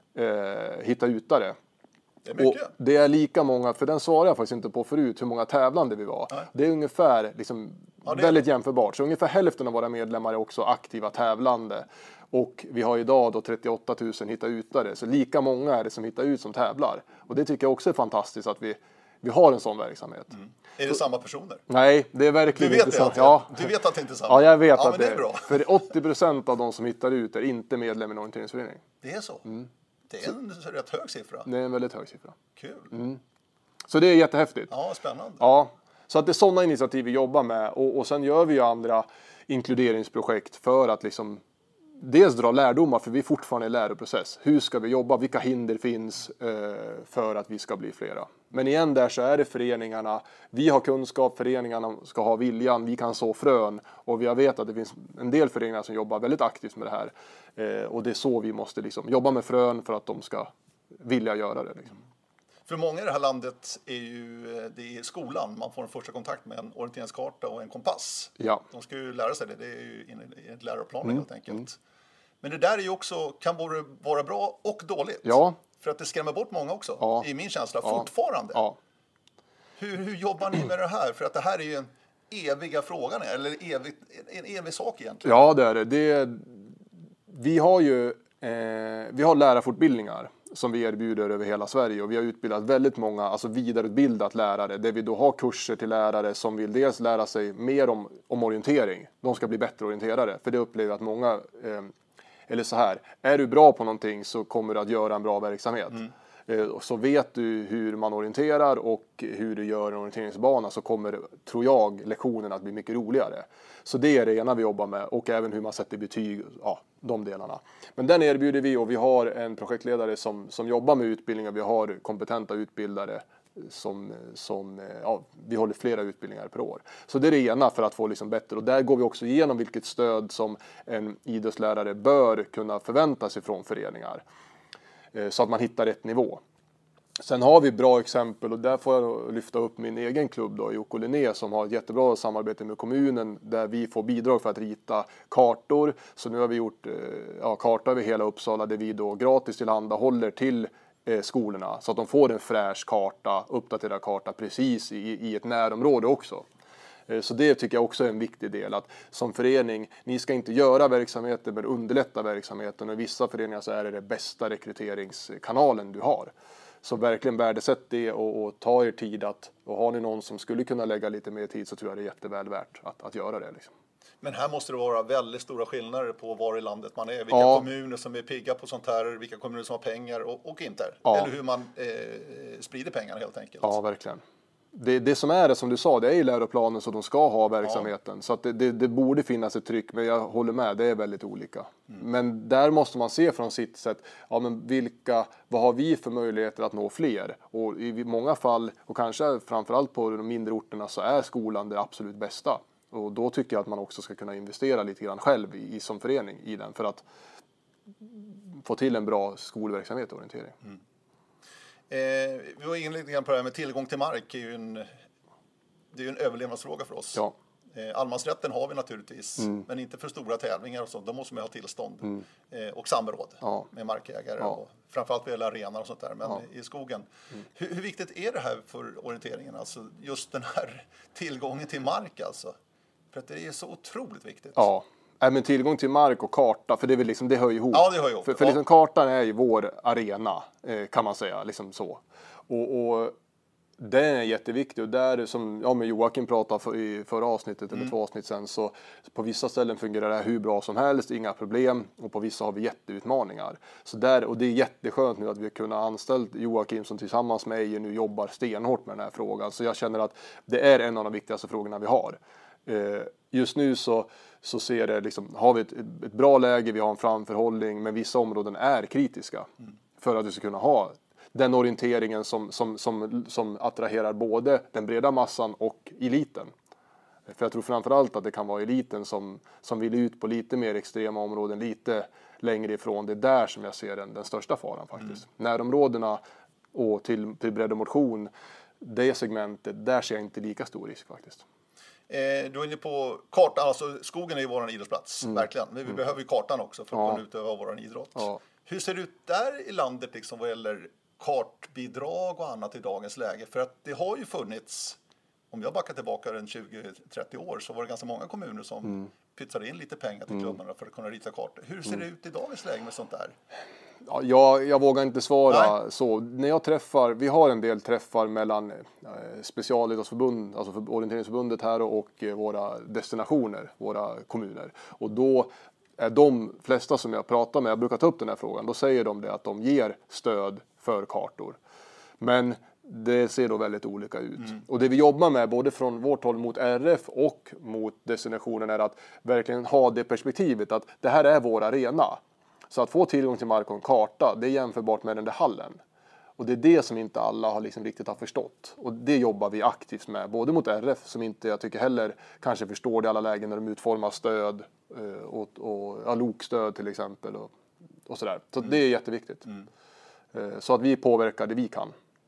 A: eh, Hitta utare.
B: Det är mycket.
A: Och det är lika många, för den svarade jag faktiskt inte på förut, hur många tävlande vi var. Nej. Det är ungefär liksom, ja, det är väldigt jämförbart. Så ungefär hälften av våra medlemmar är också aktiva tävlande. Och vi har idag då trettioåtta tusen Hitta utare. Så lika många är det som hittar ut som tävlar. Och det tycker jag också är fantastiskt att vi Vi har en sån verksamhet. Mm.
B: Är det så, samma personer?
A: Nej, det är verkligen
B: du vet
A: inte
B: så.
A: Att, ja.
B: Du vet att det inte är samma?
A: Ja, jag vet
B: ja,
A: att det är. Bra. För åttio procent av de som hittar ut är inte medlem i en orienteringsförening.
B: Det är så? Mm. Det är en så, rätt hög siffra.
A: Det är en väldigt hög siffra.
B: Kul.
A: Mm. Så det är jättehäftigt.
B: Ja, spännande.
A: Ja, så att det är sådana initiativ vi jobbar med. Och, och sen gör vi ju andra inkluderingsprojekt för att liksom dels dra lärdomar, för vi är fortfarande i läroprocess. Hur ska vi jobba? Vilka hinder finns eh, för att vi ska bli flera? Men igen där så är det föreningarna. Vi har kunskap, föreningarna ska ha viljan. Vi kan så frön. Och vi vet att det finns en del föreningar som jobbar väldigt aktivt med det här. Eh, och det är så vi måste liksom jobba med frön för att de ska vilja göra det. Liksom.
B: För många i det här landet är ju det är skolan. Man får en första kontakt med en orienteringskarta och en kompass.
A: Ja.
B: De ska ju lära sig det. Det är ju i ett läroplan
A: mm.
B: helt enkelt. Mm. Men det där är ju också, kan både vara bra och dåligt.
A: Ja.
B: För att det skrämmer bort många också,
A: ja.
B: i min känsla,
A: ja.
B: fortfarande.
A: Ja.
B: Hur, hur jobbar ni med det här? För att det här är ju en eviga frågan, eller evig, en evig sak egentligen.
A: Ja, det är det. det är, vi har ju eh, vi har lärarfortbildningar som vi erbjuder över hela Sverige. Och vi har utbildat väldigt många, alltså vidareutbildat lärare. Där vi då har kurser till lärare som vill dels lära sig mer om, om orientering. De ska bli bättre orienterare. För det upplever jag att många... Eh, Eller så här, är du bra på någonting så kommer du att göra en bra verksamhet. Mm. Så vet du hur man orienterar och hur du gör en orienteringsbana, så kommer, tror jag, lektionen att bli mycket roligare. Så det är det ena vi jobbar med, och även hur man sätter betyg, ja, de delarna. Men den erbjuder vi, och vi har en projektledare som, som jobbar med utbildningar. Vi har kompetenta utbildare. Som, som, ja, vi håller flera utbildningar per år. Så det är det ena, för att få liksom bättre. Och där går vi också igenom vilket stöd som en idrottslärare bör kunna förvänta sig från föreningar. Så att man hittar rätt nivå. Sen har vi bra exempel, och där får jag lyfta upp min egen klubb då, Jocko Linné, som har ett jättebra samarbete med kommunen, där vi får bidrag för att rita kartor. Så nu har vi gjort ja, kartor över hela Uppsala, där vi då gratis tillhandahåller till skolorna, så att de får en fräsch karta, uppdaterad karta precis i, i ett närområde också. Så det tycker jag också är en viktig del, att som förening, ni ska inte göra verksamheten men underlätta verksamheten, och i vissa föreningar så är det det bästa rekryteringskanalen du har. Så verkligen värdesätt det, och, och ta er tid att, och har ni någon som skulle kunna lägga lite mer tid, så tror jag det är jätteväl värt att, att göra det liksom.
B: Men här måste det vara väldigt stora skillnader på var i landet man är. Vilka ja. kommuner som är pigga på sånt här, vilka kommuner som har pengar och, och inte. Ja. Eller hur man eh, sprider pengar helt enkelt.
A: Ja, verkligen. Det, det som är det, som du sa, det är ju läroplanen, så de ska ha verksamheten. Ja. Så att det, det, det borde finnas ett tryck, men jag håller med, det är väldigt olika. Mm. Men där måste man se från sitt sätt, ja, men vilka, vad har vi för möjligheter att nå fler? Och i många fall, och kanske framförallt på de mindre orterna, så är skolan det absolut bästa. Och då tycker jag att man också ska kunna investera lite grann själv i, i som förening i den, för att få till en bra skolverksamhet och orientering.
B: Mm. Eh, vi var inne lite grann på det här med tillgång till mark. Det är ju en, det är ju en överlevnadsfråga för oss.
A: Ja.
B: Eh, allemansrätten har vi naturligtvis, mm. men inte för stora tävlingar och så. Då måste man ha tillstånd mm. eh, och samråd ja. med markägare. Ja. Och framförallt vad gäller arenor och sånt där, men ja. i skogen. Mm. Hur, hur viktigt är det här för orienteringen? Alltså just den här tillgången till mark alltså. För att det är så otroligt viktigt.
A: Ja. Äh, men tillgång till mark och karta, för det, är väl liksom, det hör ihop.
B: Ja, det hör ihop.
A: För, för
B: ja.
A: liksom, kartan är ju vår arena, eh, kan man säga. Liksom så. Och, och den är jätteviktig. Och där, som ja, med Joakim pratade för, i förra avsnittet, eller mm. två avsnitt sen, så på vissa ställen fungerar det här hur bra som helst, inga problem. Och på vissa har vi jätteutmaningar. Så där, och det är jätteskönt nu att vi kunnat anställa Joakim som tillsammans med mig nu jobbar stenhårt med den här frågan. Så jag känner att det är en av de viktigaste frågorna vi har. Eh, just nu så så ser det liksom, har vi ett, ett bra läge, vi har en framförhållning, men vissa områden är kritiska mm. för att vi ska kunna ha den orienteringen som, som, som, som attraherar både den breda massan och eliten. För jag tror framförallt att det kan vara eliten som, som vill ut på lite mer extrema områden, lite längre ifrån. Det är där som jag ser den, den största faran faktiskt. Mm. Närområdena och till, till bredd och motion, det segmentet, där ser jag inte lika stor risk faktiskt.
B: Eh, du är inne på kartan, alltså skogen är ju vår idrottsplats, mm. verkligen. Men vi mm. behöver ju kartan också för att ja. kunna utöva vår idrott. Ja. Hur ser det ut där i landet liksom vad gäller kartbidrag och annat i dagens läge? För att det har ju funnits, om jag backar tillbaka en tjugo till trettio år, så var det ganska många kommuner som mm. pytsade in lite pengar till klubbarna mm. för att kunna rita kartor. Hur ser mm. det ut i dagens läge med sånt där?
A: Ja, jag, jag vågar inte svara Nej. så. När jag träffar, vi har en del träffar mellan eh, specialidrottsförbund, alltså för orienteringsförbundet här och, och eh, våra destinationer, våra kommuner. Och då är de flesta som jag pratar med, jag brukar ta upp den här frågan, då säger de det att de ger stöd för kartor. Men det ser då väldigt olika ut. Mm. Och det vi jobbar med både från vårt håll mot R F och mot destinationen är att verkligen ha det perspektivet att det här är vår arena. Så att få tillgång till mark och en karta, det är jämförbart med den där hallen. Och det är det som inte alla har liksom riktigt har förstått. Och det jobbar vi aktivt med, både mot R F som inte, jag tycker heller, kanske förstår det i alla lägen när de utformar stöd och, och ja, lokstöd till exempel och, och sådär. Så mm. det är jätteviktigt. Mm. Så att vi påverkar det vi kan.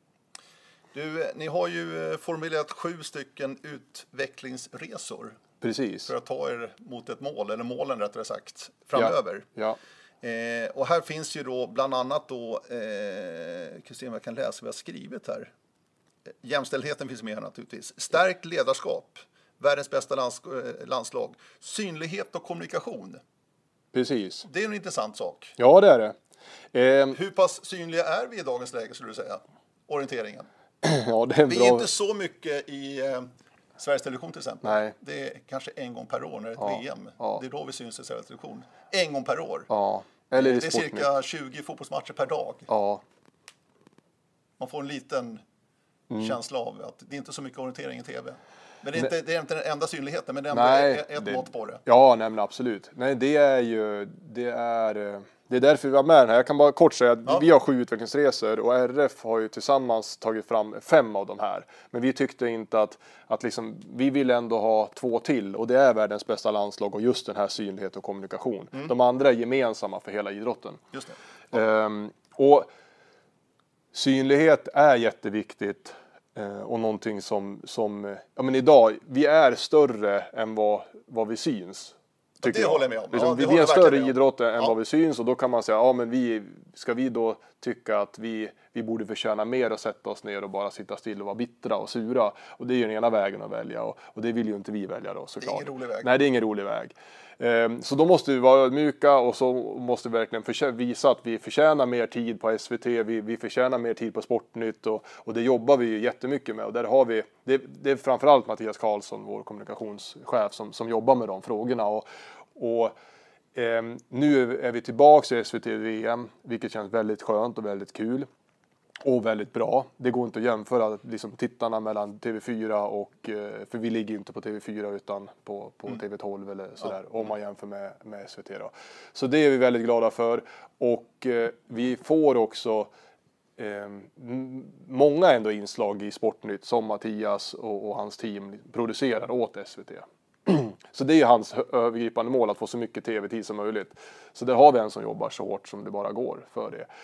B: Du, ni har ju formulerat sju stycken utvecklingsresor.
A: Precis.
B: För att ta er mot ett mål, eller målen rättare sagt, framöver.
A: Ja. ja.
B: Eh, och här finns ju då bland annat då, eh, Kristin, jag kan läsa vad jag har skrivit här. Jämställdheten finns med naturligtvis. Stärkt ledarskap, världens bästa lands, eh, landslag, synlighet och kommunikation.
A: Precis.
B: Det är en intressant sak.
A: Ja, det är det. Eh,
B: Hur pass synliga är vi i dagens läge, skulle du säga? Orienteringen.
A: Ja, det är
B: vi
A: bra.
B: är inte så mycket i eh, Sveriges Television till exempel.
A: Nej.
B: Det är kanske en gång per år när det är ett
A: ja,
B: V M.
A: Ja.
B: Det är då vi syns i Sveriges Television. En gång per år.
A: Ja. Eller
B: det är cirka tjugo fotbollsmatcher per dag.
A: Ja.
B: Man får en liten mm. känsla av att det är inte så mycket orientering i tv. Men det är, inte, det är inte den enda synligheten, men det är ändå nej, ett det, mått på det.
A: Ja, nej, men absolut. Nej, det är ju, det är, det är därför vi var med här. Jag kan bara kort säga att ja. vi har sju utvecklingsresor och R F har ju tillsammans tagit fram fem av de här. Men vi tyckte inte att, att liksom, vi vill ändå ha två till och det är världens bästa landslag och just den här synlighet och kommunikation. Mm. De andra är gemensamma för hela idrotten. Just det. Ja. Um, och synlighet är jätteviktigt. Eh, och någonting som, som ja men idag, vi är större än vad, vad vi syns.
B: Ja, det jag. håller jag med om.
A: Liksom,
B: ja,
A: vi är en större idrott än
B: ja.
A: vad vi syns och då kan man säga, ja men vi, ska vi då tycka att vi, vi borde förtjäna mer och sätta oss ner och bara sitta still och vara bittra och sura. Och det är ju den ena vägen att välja och, och det vill ju inte vi välja då såklart.
B: Det är ingen rolig väg.
A: Nej, det är ingen rolig väg. Så då måste vi vara mjuka och så måste vi verkligen visa att vi förtjänar mer tid på S V T, vi, vi förtjänar mer tid på Sportnytt och, och det jobbar vi ju jättemycket med och där har vi, det, det är framförallt Mattias Karlsson, vår kommunikationschef som, som jobbar med de frågorna och, och eh, nu är vi tillbaka i S V T V M vilket känns väldigt skönt och väldigt kul. Och väldigt bra. Det går inte att jämföra liksom, tittarna mellan T V fyra och, för vi ligger ju inte på T V fyra utan på, på mm. T V tolv eller sådär, ja. om man jämför med, med S V T då. Så det är vi väldigt glada för och eh, vi får också eh, många ändå inslag i Sportnytt som Mattias och, och hans team producerar åt S V T. Så det är hans övergripande mål att få så mycket tv-tid som möjligt. Så där har vi en som jobbar så hårt som det bara går för det.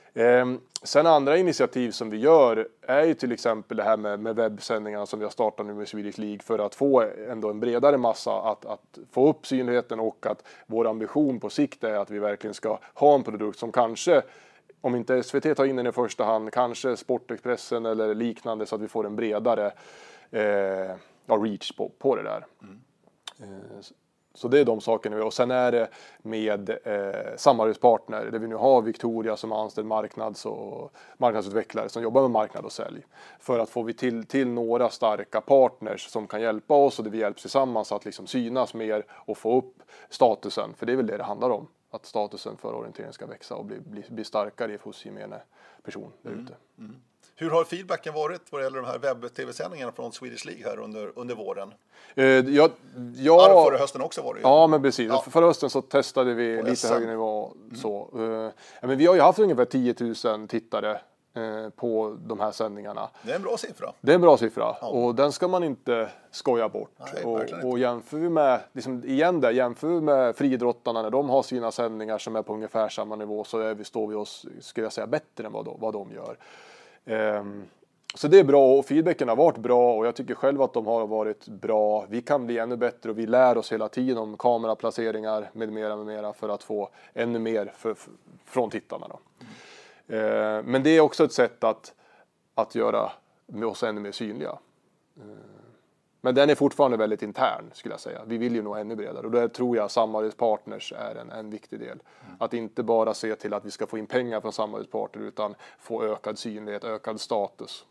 A: Eh, sen andra initiativ som vi gör är ju till exempel det här med, med webbsändningarna som vi har startat nu med Swedish League för att få ändå en bredare massa att, att få upp synligheten och att vår ambition på sikt är att vi verkligen ska ha en produkt som kanske, om inte S V T tar in den i första hand, kanske Sportexpressen eller liknande så att vi får en bredare eh, ja, reach på, på det där. Mm. Eh, Så det är de sakerna vi har. Och sen är det med eh, samarbetspartner där vi nu har Victoria som anställd marknads- och marknadsutvecklare som jobbar med marknad och sälj. För att få vi till, till några starka partners som kan hjälpa oss och där vi hjälps tillsammans att liksom synas mer och få upp statusen. För det är väl det det handlar om. Att statusen för orientering ska växa och bli, bli, bli starkare hos gemene person där ute.
B: Mm. Mm. Hur har feedbacken varit vad det gäller de här webb-tv-sändningarna från Swedish League här under, under våren?
A: Eh, ja, ja,
B: ja, förra hösten också var det ju.
A: Ja, men precis.
B: Ja.
A: Förra hösten så testade vi på lite S M. Högre nivå. Så. Mm. Ja, men vi har ju haft ungefär tio tusen tittare eh, på de här sändningarna.
B: Det är en bra siffra.
A: Det är en bra siffra.
B: Ja.
A: Och den ska man inte skoja bort.
B: Nej,
A: och, och jämför vi med, liksom, igen där, jämför vi med friidrottarna när de har sina sändningar som är på ungefär samma nivå så är vi, står vi oss, skulle jag säga, bättre än vad de, vad de gör. Um, så det är bra och feedbacken har varit bra och jag tycker själv att de har varit bra. Vi kan bli ännu bättre och vi lär oss hela tiden om kameraplaceringar med mera med mera för att få ännu mer för, för, från tittarna då. Mm. Uh, men det är också ett sätt att, att göra oss ännu mer synliga. Uh, men den är fortfarande väldigt intern skulle jag säga. Vi vill ju nå ännu bredare och där tror jag samarbetspartners är en, en viktig del. Mm. Att inte bara se till att vi ska få in pengar från samarbetspartner utan få ökad synlighet, ökad status.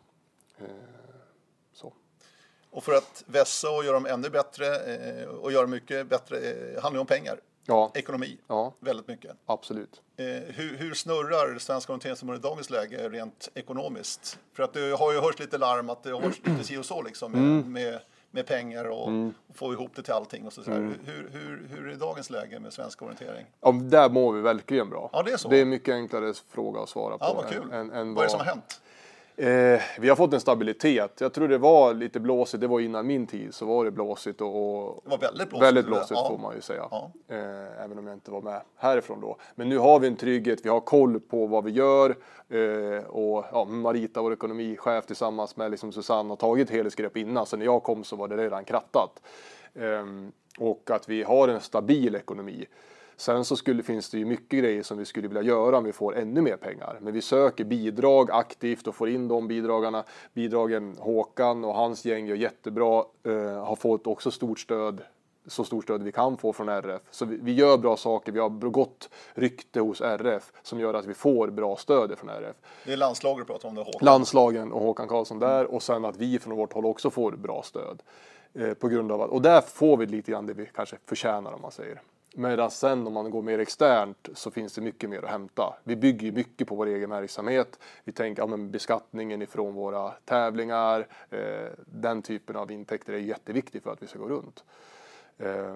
A: Så.
B: Och för att vässa och göra dem ännu bättre och göra mycket bättre handlar om pengar.
A: Ja.
B: Ekonomi.
A: Ja.
B: Väldigt mycket.
A: Absolut.
B: Hur, hur snurrar Svenska orienteringsförbundet i dagens läge rent ekonomiskt? För att det har ju hörts lite larm att det har varit lite si och så liksom med, mm. med, med pengar och, mm. och få ihop det till allting och så sådär. Mm. Hur, hur, hur är dagens läge med svensk orientering?
A: Ja, där mår vi verkligen bra.
B: Ja, det är så.
A: Det är mycket enklare fråga att svara på.
B: Ja, vad kul.
A: Än, än, än
B: vad är det som har hänt?
A: Eh, vi har fått en stabilitet. Jag tror det var lite blåsigt. Det var innan min tid så var det blåsigt. Och, och
B: det var väldigt blåsigt.
A: Väldigt blåsigt ja. Får man ju säga. Ja. Eh, även om jag inte var med härifrån då. Men nu har vi en trygghet. Vi har koll på vad vi gör. Eh, och ja, Marita, vår ekonomichef tillsammans med liksom Susanne har tagit helhetsgrepp innan. Så när jag kom så var det redan krattat. Eh, och att vi har en stabil ekonomi. Sen så skulle, finns det ju mycket grejer som vi skulle vilja göra om vi får ännu mer pengar. Men vi söker bidrag aktivt och får in de bidragarna. Bidragen Håkan och hans gäng gör jättebra. Eh, har fått också stort stöd. Så stort stöd vi kan få från R F. Så vi, vi gör bra saker. Vi har gott rykte hos R F som gör att vi får bra stöd från R F.
B: Det är landslaget du pratar om det, Håkan.
A: Landslagen och Håkan Karlsson där. Och sen att vi från vårt håll också får bra stöd. Eh, på grund av att, och där får vi lite grann det vi kanske förtjänar om man säger. Medan sen om man går mer externt så finns det mycket mer att hämta. Vi bygger ju mycket på vår egen verksamhet. Vi tänker ja, men beskattningen ifrån våra tävlingar. Eh, den typen av intäkter är jätteviktig för att vi ska gå runt. Eh,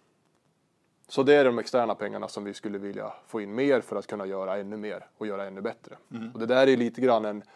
A: så det är de externa pengarna som vi skulle vilja få in mer för att kunna göra ännu mer och göra ännu bättre. Mm. Och det där är lite grann en...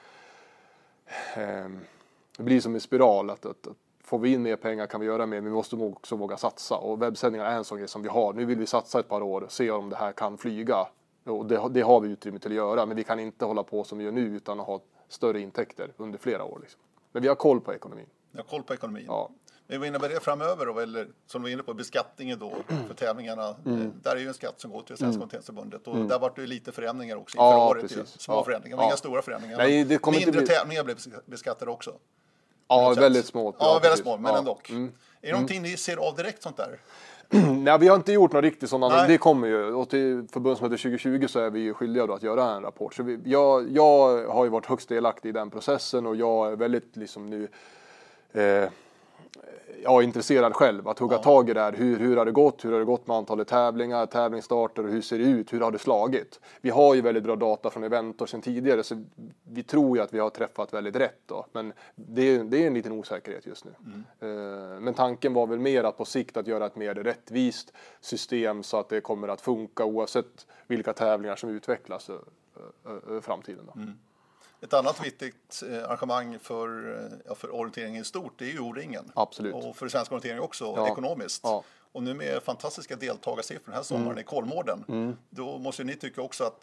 A: Eh, det blir som en spiral att, att, att får vi in mer pengar kan vi göra mer, men vi måste också våga satsa. Och webbsändningar är en sån grej som vi har. Nu vill vi satsa ett par år och se om det här kan flyga. Och det, det har vi utrymme till att göra, men vi kan inte hålla på som vi gör nu utan att ha större intäkter under flera år. Liksom. Men vi har koll på ekonomin.
B: Vi har koll på ekonomin.
A: Ja.
B: Men vad innebär det framöver då? Eller som du var inne på, beskattningen då för tävlingarna. Mm. Där är ju en skatt som går till Svenska orienteringsförbundet. Och mm. där var det ju lite förändringar också inför
A: ja,
B: året. Ju. Små ja. förändringar, men ja. inga stora förändringar.
A: Nej, det kommer
B: mindre
A: inte bli...
B: tävlingar blev beskattade också.
A: Ja, väldigt små.
B: Ja, väldigt små, men
A: ja.
B: ändå. Mm. Är det någonting
A: mm.
B: ni ser av direkt sånt där?
A: Nej, vi har inte gjort något riktigt sådana. Nej. Det kommer ju. Och till förbundsmötet tjugo tjugo så är vi ju skyldiga då att göra en rapport. Så vi, jag, jag har ju varit högst delaktig i den processen och jag är väldigt liksom nu... Eh, jag är intresserad själv att hugga ja. tag i det här. Hur, hur har det gått? Hur har det gått med antalet tävlingar, tävlingsstarter och hur ser det ut? Hur har det slagit? Vi har ju väldigt bra data från Eventor sedan tidigare så vi tror ju att vi har träffat väldigt rätt då. Men det är, det är en liten osäkerhet just nu. Mm. Men tanken var väl mer att på sikt att göra ett mer rättvist system så att det kommer att funka oavsett vilka tävlingar som utvecklas över framtiden då. Mm.
B: Ett annat viktigt arrangemang för, ja, för orienteringen i stort det är ju O-ringen.
A: Absolut.
B: Och för svensk orientering också
A: ja.
B: ekonomiskt. Ja. Och nu med fantastiska deltagarsiffror den här sommaren mm. i Kolmården. Mm. Då måste ni tycka också att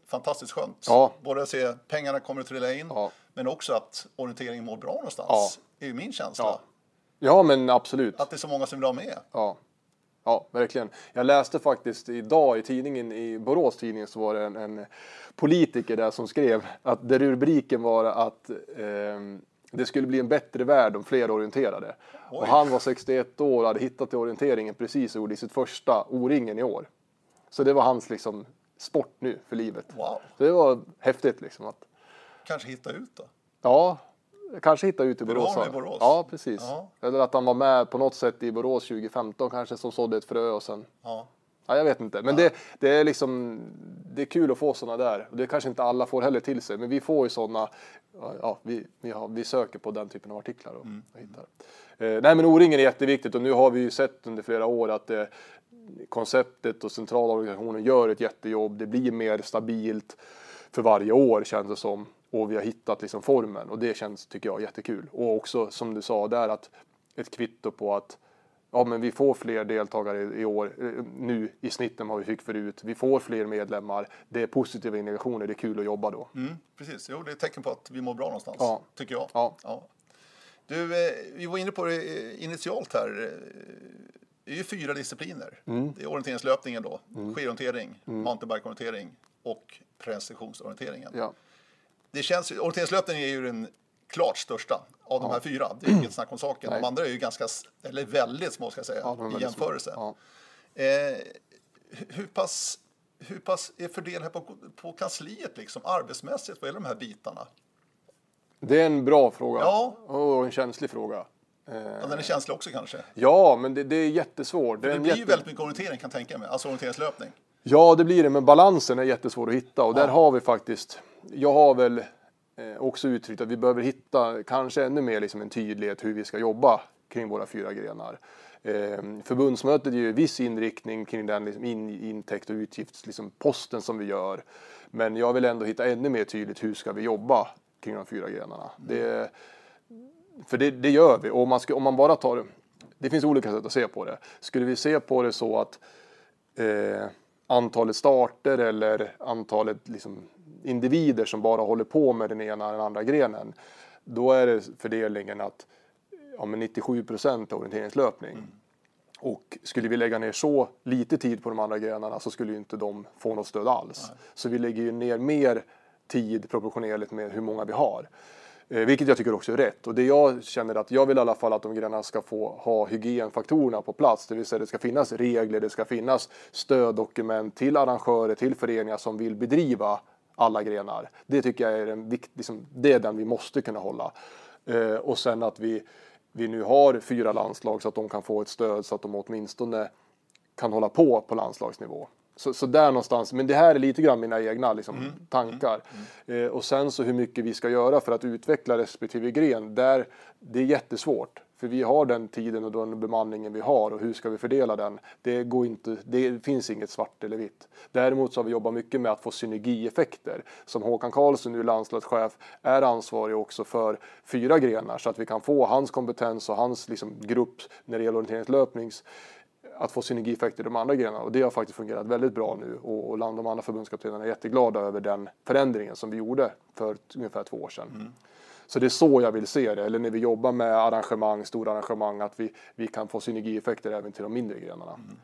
B: fantastiskt skönt.
A: Ja.
B: Både att se pengarna kommer att trilla in,
A: Ja.
B: men också att orienteringen mår bra någonstans.
A: Ja.
B: är ju min känsla.
A: Ja. Ja, men absolut.
B: Att det är så många som vill ha med.
A: Ja. Ja, verkligen. Jag läste faktiskt idag i tidningen, i Borås tidning, så var det en, en politiker där som skrev att där rubriken var att eh, det skulle bli en bättre värld om fler orienterade. Oj. Och han var sextioett år och hade hittat till orienteringen precis och gjorde sitt första O-ringen i år. Så det var hans liksom sport nu för livet.
B: Wow.
A: Så det var häftigt liksom. Att,
B: kanske hitta ut då?
A: Ja, kanske hitta ut i Borås.
B: i Borås.
A: Ja, precis.
B: Ja.
A: Eller att han var med på något sätt i Borås tjugo femton kanske, som sådde ett frö och sen...
B: Ja.
A: Ja, jag vet inte. Men ja. det, det är liksom, det är kul att få sådana där. Och det kanske inte alla får heller till sig. Men vi får ju sådana, ja, vi, vi, har, vi söker på den typen av artiklar och, mm. och hittar. Eh, nej, men O-ringen är jätteviktigt och nu har vi ju sett under flera år att eh, konceptet och centrala organisationen gör ett jättejobb. Det blir mer stabilt för varje år, känns det som. Och vi har hittat liksom formen och det känns, tycker jag, jättekul. Och också som du sa där, att ett kvitto på att ja, men vi får fler deltagare i år nu i snitt än vad vi fick förut. Vi får fler medlemmar. Det är positiva indikationer. Det är kul att jobba då.
B: Mm, precis, jo, det är ett tecken på att vi mår bra någonstans,
A: ja.
B: tycker jag.
A: Ja.
B: Ja. Du, eh, vi var inne på det initialt här. Det är ju fyra discipliner. Mm. Det är orienteringslöpningen då, mm. skidorientering, mm. mountainbikeorientering och precisionsorienteringen. Ja. Det känns, orienteringslöpningen är ju den klart största av de här ja. fyra. Det är inget snack om saken. Nej. De andra är ju ganska, eller väldigt små ska jag säga, ja, i jämförelse. Ja. Eh, hur, pass, hur pass är fördel här på, på kansliet liksom, arbetsmässigt vad gäller de här bitarna?
A: Det är en bra fråga.
B: Ja.
A: Och en känslig fråga.
B: Eh, ja, den är känslig också kanske.
A: Ja, men det, det är jättesvårt. Det,
B: det
A: är
B: blir
A: jätte...
B: ju väldigt mycket orientering kan jag tänka mig. Alltså orienteringslöpning.
A: Ja, det blir det. Men balansen är jättesvår att hitta. Och ja. där har vi faktiskt, jag har väl Eh, också uttryckt att vi behöver hitta kanske ännu mer liksom en tydlighet hur vi ska jobba kring våra fyra grenar. Eh, förbundsmötet ger ju viss inriktning kring den liksom in, intäkt- och utgiftsposten liksom posten som vi gör. Men jag vill ändå hitta ännu mer tydligt hur ska vi jobba kring de fyra grenarna. Mm. Det, för det, det gör vi. Och om man, ska, om man bara tar, det finns olika sätt att se på det. Skulle vi se på det så att eh, antalet starter eller antalet liksom individer som bara håller på med den ena eller den andra grenen, då är det fördelningen att ja, men nittiosju procent orienteringslöpning. Mm. Och skulle vi lägga ner så lite tid på de andra grenarna så skulle ju inte de få något stöd alls. Nej. Så vi lägger ju ner mer tid proportionerligt med hur många vi har. Eh, vilket jag tycker också är rätt. Och det jag känner att jag vill i alla fall att de grenarna ska få ha hygienfaktorerna på plats. Det vill säga det ska finnas regler, det ska finnas stöddokument till arrangörer, till föreningar som vill bedriva alla grenar. Det tycker jag är en vikt, liksom, det är den vi måste kunna hålla. Eh, och sen att vi, vi nu har fyra landslag så att de kan få ett stöd så att de åtminstone kan hålla på på landslagsnivå. Så, så där någonstans, men det här är lite grann mina egna liksom, mm. tankar. Mm. Eh, och sen så hur mycket vi ska göra för att utveckla respektive gren, där, det är jättesvårt. För vi har den tiden och den bemanningen vi har och hur ska vi fördela den? Det går inte, det finns inget svart eller vitt. Däremot så har vi jobbat mycket med att få synergieffekter. Som Håkan Karlsson, nu landslagschef, är ansvarig också för fyra grenar så att vi kan få hans kompetens och hans liksom, grupp när det gäller orienteringslöpnings att få synergieffekter i de andra grenarna. Och det har faktiskt fungerat väldigt bra nu. Och, och de andra förbundskaptenerna är jätteglada över den förändringen som vi gjorde för ungefär två år sedan. Mm. Så det är så jag vill se det. Eller när vi jobbar med arrangemang, stora arrangemang, att vi, vi kan få synergieffekter även till de mindre grenarna. Mm.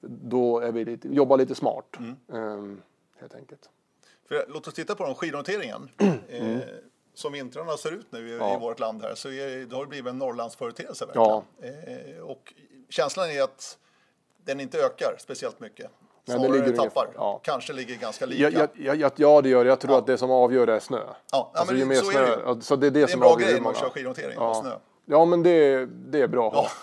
A: Då är vi lite, jobbar lite smart, mm. um, helt enkelt.
B: För, låt oss titta på den skidorienteringen. Mm. Eh, som vintrarna ser ut nu i, ja. i vårt land här så är, det har det blivit en Norrlandsföreteelse verkligen. Ja. Eh, och känslan är att den inte ökar speciellt mycket. Snarare
A: Nej, det ligger
B: tappar.
A: Ja.
B: Kanske ligger ganska lika.
A: Ja, ja, ja, ja det gör det. Jag tror
B: ja.
A: att det som avgör är snö.
B: Ja,
A: alltså,
B: men
A: mer
B: så
A: snö,
B: är det.
A: Så det är det,
B: det är
A: som
B: en bra
A: avgör
B: grej med att köra skidorientering
A: ja.
B: och snö.
A: Ja, men det, det är bra.
B: Ja.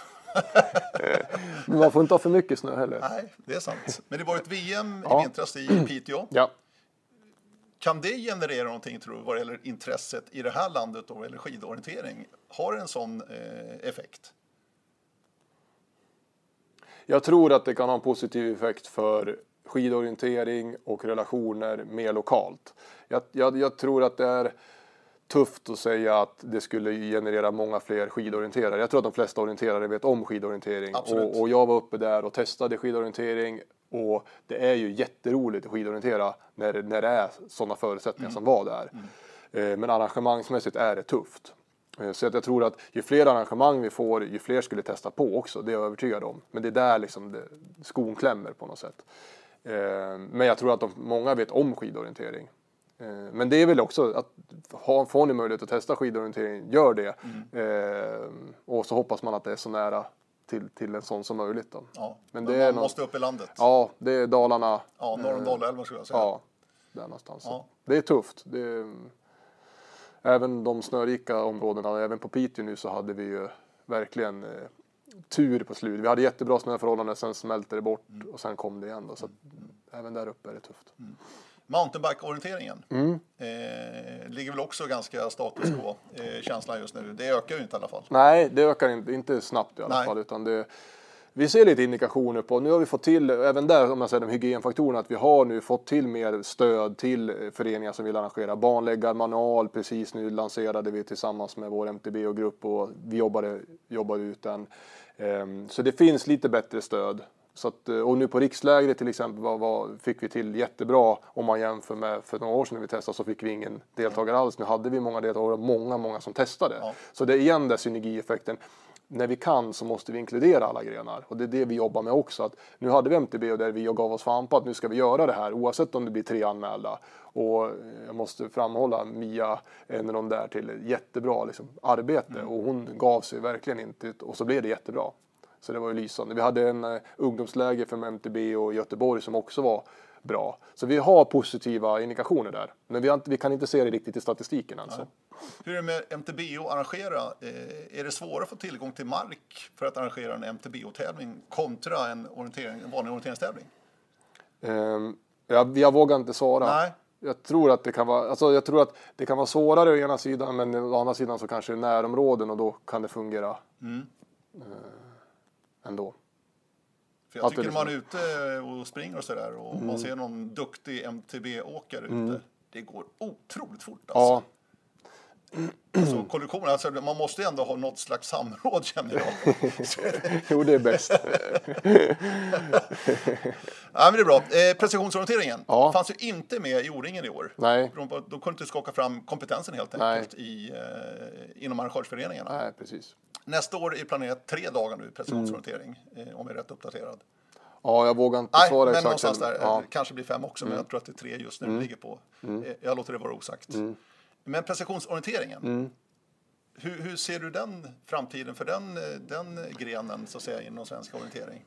A: Men man får inte ha för mycket snö heller.
B: Nej, det är sant. Men det var ett V M ja. i vintras i Piteå.
A: Ja.
B: Kan det generera någonting, tror du, vad gäller intresset i det här landet då, eller skidorientering? Har det en sån eh, effekt?
A: Jag tror att det kan ha en positiv effekt för skidorientering och relationer mer lokalt. Jag, jag, jag tror att det är tufft att säga att det skulle generera många fler skidorienterare. Jag tror att de flesta orienterare vet om skidorientering. Och, och jag var uppe där och testade skidorientering Och det är ju jätteroligt att skidorientera när, när det är sådana förutsättningar mm. som var där. Mm. Men arrangemangsmässigt är det tufft. Så att jag tror att ju fler arrangemang vi får, ju fler skulle testa på också. Det är jag övertygad om. Men det är där liksom det, skon klämmer på något sätt. Men jag tror att de, många vet om skidorientering. Men det är väl också att ha, får ni möjlighet att testa skidorientering, gör det. Mm. Och så hoppas man att det är så nära till, till en sån som möjligt. Då.
B: Ja,
A: men
B: det
A: men
B: är
A: man
B: någon, måste upp i landet.
A: Ja, det är Dalarna.
B: Ja, norr om Dalälven skulle jag säga.
A: Ja, där någonstans.
B: Ja.
A: Det är tufft. Det är, även de snörika områdena, även på Piteå nu så hade vi ju verkligen eh, tur på slut. Vi hade jättebra snöförhållanden, sen smälte det bort mm. och sen kom det igen. Då, så att, mm. även där uppe är det tufft.
B: Mm. Mountainbike-orienteringen mm. eh, ligger väl också ganska status quo eh, känslan just nu. Det ökar ju inte i alla fall.
A: Nej, det ökar inte, inte snabbt i alla Nej. fall. Utan det, vi ser lite indikationer på, nu har vi fått till, även där om man säger de hygienfaktorerna, att vi har nu fått till mer stöd till föreningar som vill arrangera. Banläggarmanual, precis nu lanserade vi tillsammans med vår M T B och-grupp och vi jobbade, jobbade ut den. Um, så det finns lite bättre stöd. Så att, och nu på rikslägret till exempel var, var, fick vi till jättebra om man jämför med för några år sedan när vi testade så fick vi ingen deltagare alls. Nu hade vi många deltagare och många, många som testade. Ja. Så det är igen den synergieffekten. När vi kan så måste vi inkludera alla grenar och det är det vi jobbar med också. Att nu hade vi M T B och där vi gav oss fan på att nu ska vi göra det här oavsett om det blir tre anmälda. Och jag måste framhålla Mia, en av de där till jättebra liksom, arbete mm. och hon gav sig verkligen inte och så blev det jättebra. Så det var ju lysande. Vi hade en uh, ungdomsläger för M T B och Göteborg som också var bra. Så vi har positiva indikationer där. Men vi, har inte, vi kan inte se det riktigt i statistiken alltså.
B: Nej. Hur är det med M T B att arrangera? Eh, är det svårare att få tillgång till mark för att arrangera en M T B-tävling kontra en, orientering, en vanlig orienteringstävling?
A: Um, jag, jag vågar inte svara.
B: Nej.
A: Jag tror att det kan vara, alltså jag tror att det kan vara svårare å ena sidan, men å andra sidan så kanske det är närområden och då kan det fungera. Mm. Uh, ändå.
B: För jag att tycker när man är ute och springer och sådär och mm. man ser någon duktig M T B-åkare mm. ute, det går otroligt fort alltså. Ja. Alltså, kollektion, alltså, man måste ju ändå ha något slags samråd känner jag.
A: Jo, det är bäst.
B: Ja, men det är bra. Eh, precisionsorienteringen
A: ja.
B: fanns ju inte med i O-ringen i år.
A: Nej.
B: De, de kunde inte skaka fram kompetensen helt enkelt i, eh, inom arrangörsföreningarna.
A: Nej, precis.
B: Nästa år är planerat tre dagar nu precisionsorientering, mm. eh, om jag är rätt uppdaterad.
A: Ja, jag vågar inte
B: Nej,
A: svara
B: men
A: exakt.
B: Någonstans där,
A: ja.
B: eh, kanske blir fem också, mm. men jag tror att det är tre just nu mm. det ligger på.
A: Mm.
B: Eh, jag låter det vara osagt. Mm. Men precisionsorienteringen, mm. hur, hur ser du den framtiden för den, den grenen så att säga inom svensk orientering?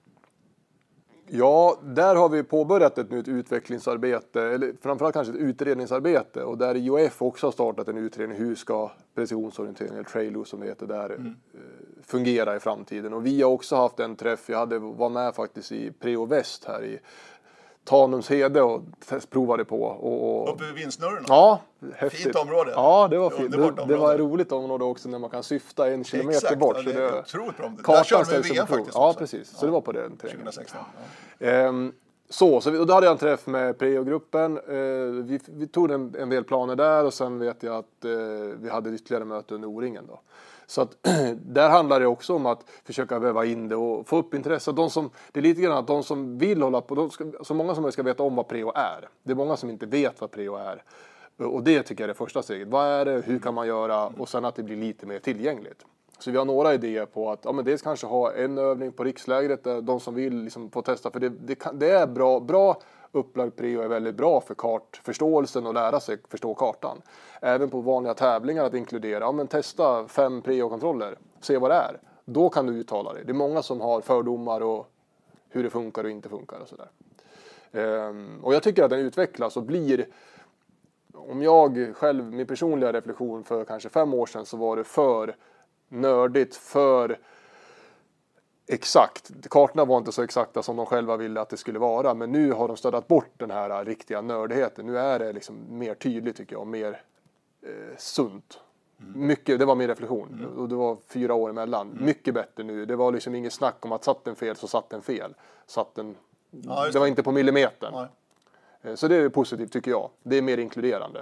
A: Ja, där har vi påbörjat ett nytt utvecklingsarbete, eller framförallt kanske ett utredningsarbete och där I O F också har startat en utredning hur ska precisionsorientering, eller trail som det heter där, mm. fungera i framtiden. Och vi har också haft en träff, jag hade, var med faktiskt i Preo Väst här i Tanumshede och provade på. Och, och...
B: Uppe vid vindsnurrorna?
A: Ja, häftigt.
B: Fint område.
A: Ja, det var fint. Det, det var ett roligt område också när man kan syfta en kilometer
B: Exakt,
A: bort.
B: Ja, det är otroligt bra.
A: Där
B: körde vi V M faktiskt
A: Ja,
B: också.
A: precis. Så
B: ja.
A: det var på den
B: tjugohundrasexton. Ja.
A: Ehm, så, så vi, och då hade jag en träff med Preo-gruppen. Ehm, vi, vi tog en, en del planer där och sen vet jag att eh, vi hade ytterligare möte under O-ringen då. Så att där handlar det också om att försöka väva in det och få upp intresse. De som, det är lite grann att de som vill hålla på, de ska, så många som ska veta om vad Preo är. Det är många som inte vet vad Preo är. Och det tycker jag är det första steget. Vad är det, hur kan man göra och sen att det blir lite mer tillgängligt. Så vi har några idéer på att ja, men dels kanske ha en övning på rikslägret där de som vill liksom få testa. För det, det, kan, det är bra, bra upplagd Preo är väldigt bra för kartförståelsen och lära sig förstå kartan. Även på vanliga tävlingar att inkludera, ja men testa fem Preo-kontroller, se vad det är. Då kan du uttala dig. Det är många som har fördomar och hur det funkar och inte funkar och sådär. Ehm, och jag tycker att den utvecklas och blir, om jag själv, min personliga reflektion för kanske fem år sedan så var det för nördigt, för exakt. Kartorna var inte så exakta som de själva ville att det skulle vara. Men nu har de stödat bort den här riktiga nördigheten. Nu är det liksom mer tydligt tycker jag. Mer eh, sunt. Mm. Mycket, det var min reflektion. Mm. Och det var fyra år emellan. Mm. Mycket bättre nu. Det var liksom inget snack om att satt den fel så satt den fel. Satt den, ja, det var inte på millimetern. Nej. Så det är positivt tycker jag. Det är mer inkluderande.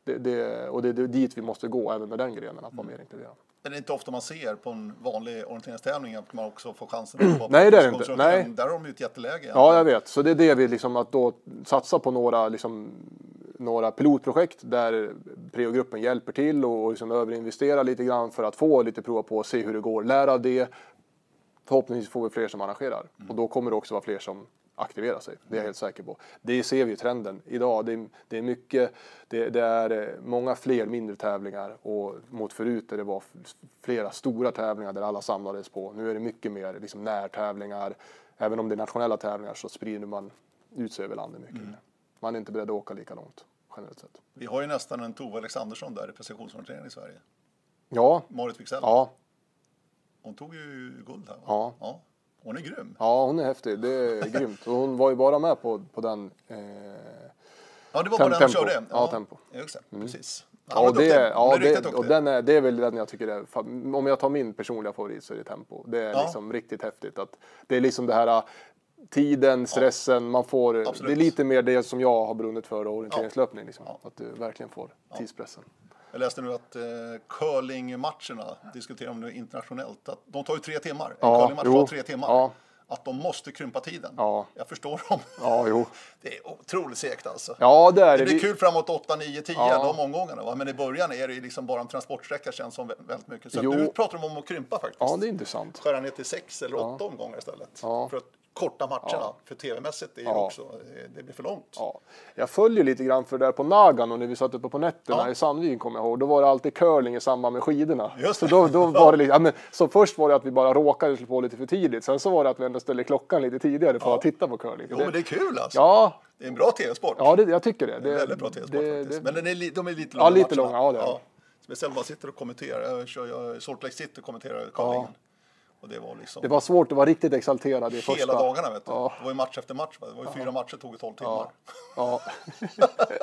A: Det, det, och det är dit vi måste gå även med den grenen, att vara mer inkluderad.
B: Det är inte ofta man ser på en vanlig orienteringstävling att man också får chansen att vara
A: Nej, det är det inte. Nej.
B: Där har de ju ett jätteläge. Egentligen.
A: Ja, jag vet. Så det är det vi liksom, att då satsa på några, liksom, några pilotprojekt där Prio-gruppen hjälper till och, och liksom överinvestera lite grann för att få lite prova på och se hur det går. Lära av det. Förhoppningsvis får vi fler som arrangerar. Mm. Och då kommer det också vara fler som aktivera sig. Det är jag helt säker på. Det ser vi i trenden idag. Det är, det är mycket, det, det är många fler mindre tävlingar och mot förut där det var flera stora tävlingar där alla samlades på. Nu är det mycket mer liksom närtävlingar. Även om det är nationella tävlingar så sprider man ut sig över landet mycket. Mm. Man är inte beredd att åka lika långt generellt sett.
B: Vi har ju nästan en Tove Alexandersson där i precisionsorientering i Sverige.
A: Ja.
B: Marit Wicksell.
A: Ja.
B: Hon tog ju guld här. Va?
A: Ja.
B: Ja. Hon är grym.
A: Ja, hon är häftig. Det är grymt. Och hon var ju bara med på, på den... Eh,
B: ja, det var bara den hon körde. Ja,
A: ja, tempo.
B: Just det, mm. Precis.
A: Ja, och det, ja, det, och den är, det är väl den jag tycker är... Om jag tar min personliga favorit så är det tempo. Det är ja. liksom riktigt häftigt. Att det är liksom det här... Tiden, stressen, ja. man får... Absolut. Det är lite mer det som jag har brunnit för och orienteringslöpning. Liksom, ja. Att du verkligen får ja. tidspressen.
B: Jag läste nu att eh, curlingmatcherna, diskuterar om nu internationellt, att de tar ju tre timmar. En
A: ja,
B: curlingmatch tar tre timmar.
A: Ja.
B: Att de måste krympa tiden.
A: Ja.
B: Jag förstår dem.
A: Ja, jo.
B: Det är otroligt segt alltså.
A: Ja, det är det.
B: Det blir
A: Vi...
B: kul framåt åtta, nio, tio,
A: ja.
B: de omgångarna. Va? Men i början är det ju liksom bara en transportsträcka känns som väldigt mycket. Så
A: jo.
B: nu pratar de om att krympa faktiskt.
A: Ja, det är intressant.
B: Skära ner till sex eller åtta ja. omgångar istället. Ja. För att korta matcherna. Ja. För tv-mässigt är ju ja. också, det blir för långt.
A: Ja. Jag följer lite grann för där på Nagan och när vi satt uppe på nätterna ja. i Sandviken kommer jag ihåg. Då var det alltid curling i samband med skidorna.
B: Just
A: så då, då var det lite, ja, men, så först var det att vi bara råkade slå på lite för tidigt. Sen så var det att vi ändå ställde klockan lite tidigare för ja. att titta på curling.
B: Jo,
A: det,
B: men det är kul alltså.
A: Ja.
B: Det är en bra tv-sport.
A: Ja, det, jag tycker det. Det
B: är väldigt bra tv-sport
A: det,
B: faktiskt.
A: Det,
B: men den är, de är lite långa
A: ja, lite
B: matcherna.
A: långa. Ja, det är.
B: Ja. Speciellt bara sitter och kommenterar. Jag kör jag, Salt Lake City och kommenterar curlingen. Ja. Och det var liksom...
A: Det var svårt att vara riktigt exalterad i
B: hela
A: första.
B: Hela dagarna vet du.
A: Ja.
B: Det var ju match efter match. Va? Det var ju ja. fyra matcher, tog tolv timmar.
A: Ja.
B: ja.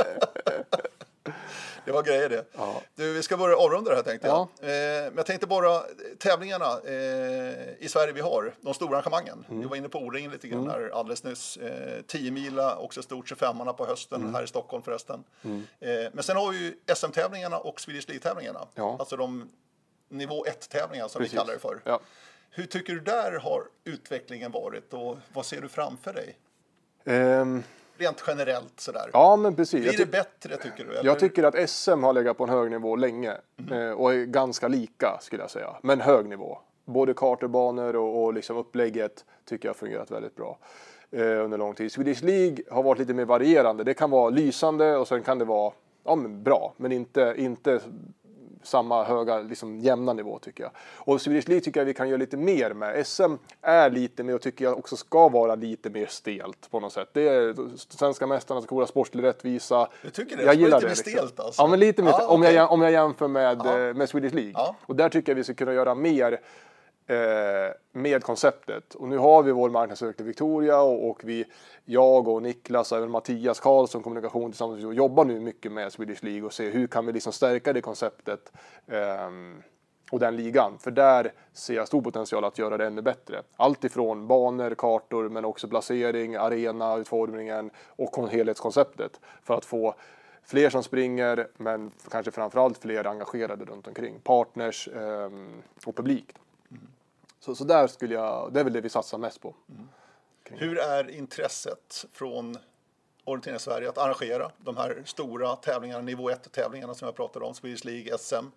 B: Det var grejer det.
A: Ja.
B: Du, vi ska börja avrunda det här tänkte jag.
A: Ja.
B: Eh, men jag tänkte bara tävlingarna eh, i Sverige vi har. De stora arrangemangen. Mm. Vi var inne på O-ringen lite grann mm. här alldeles nyss. Eh, tio mila, också stort tjugofemmarna på hösten mm. här i Stockholm förresten. Mm. Eh, men sen har vi ju S M-tävlingarna och Swedish League-tävlingarna. Ja. Alltså de nivå ett-tävlingar som Precis. vi kallar det för.
A: Ja.
B: Hur tycker du där har utvecklingen varit och vad ser du framför dig?
A: Um,
B: Rent generellt sådär.
A: Ja, men precis.
B: Blir det bättre tycker du? Eller?
A: Jag tycker att S M har legat på en hög nivå länge mm. och är ganska lika skulle jag säga. Men hög nivå. Både kartorbanor och, och liksom upplägget tycker jag har fungerat väldigt bra eh, under lång tid. Swedish League har varit lite mer varierande. Det kan vara lysande och sen kan det vara ja, men bra, men inte, inte samma höga, liksom jämna nivå tycker jag. Och Swedish League tycker jag vi kan göra lite mer med. S M är lite mer och tycker jag också ska vara lite mer stelt på något sätt. Det är svenska mästarnas coola sportslig rättvisa.
B: Jag tycker det.
A: Jag gillar
B: lite
A: det.
B: Mer stelt alltså.
A: Ja, men lite mer.
B: Ja,
A: om,
B: okay.
A: jag, om jag jämför med, ja. med Swedish League.
B: Ja.
A: Och där tycker jag vi ska kunna göra mer eh, med konceptet. Och nu har vi vår marknadsdirektör Victoria och, och vi, jag och Niklas och även Mattias Karlsson kommunikation tillsammans och jobbar nu mycket med Swedish League och se hur kan vi liksom stärka det konceptet eh, och den ligan. För där ser jag stor potential att göra det ännu bättre. Allt ifrån banor, kartor men också placering, arena, utformningen och helhetskonceptet för att få fler som springer men kanske framförallt fler engagerade runt omkring. Partners eh, och publik. Mm. Så, så där skulle jag, det är väl det vi satsar mest på. Mm.
B: Hur är intresset från Orientering Sverige att arrangera de här stora tävlingarna, nivå ett-tävlingarna som jag pratade om, Swedish League, S M?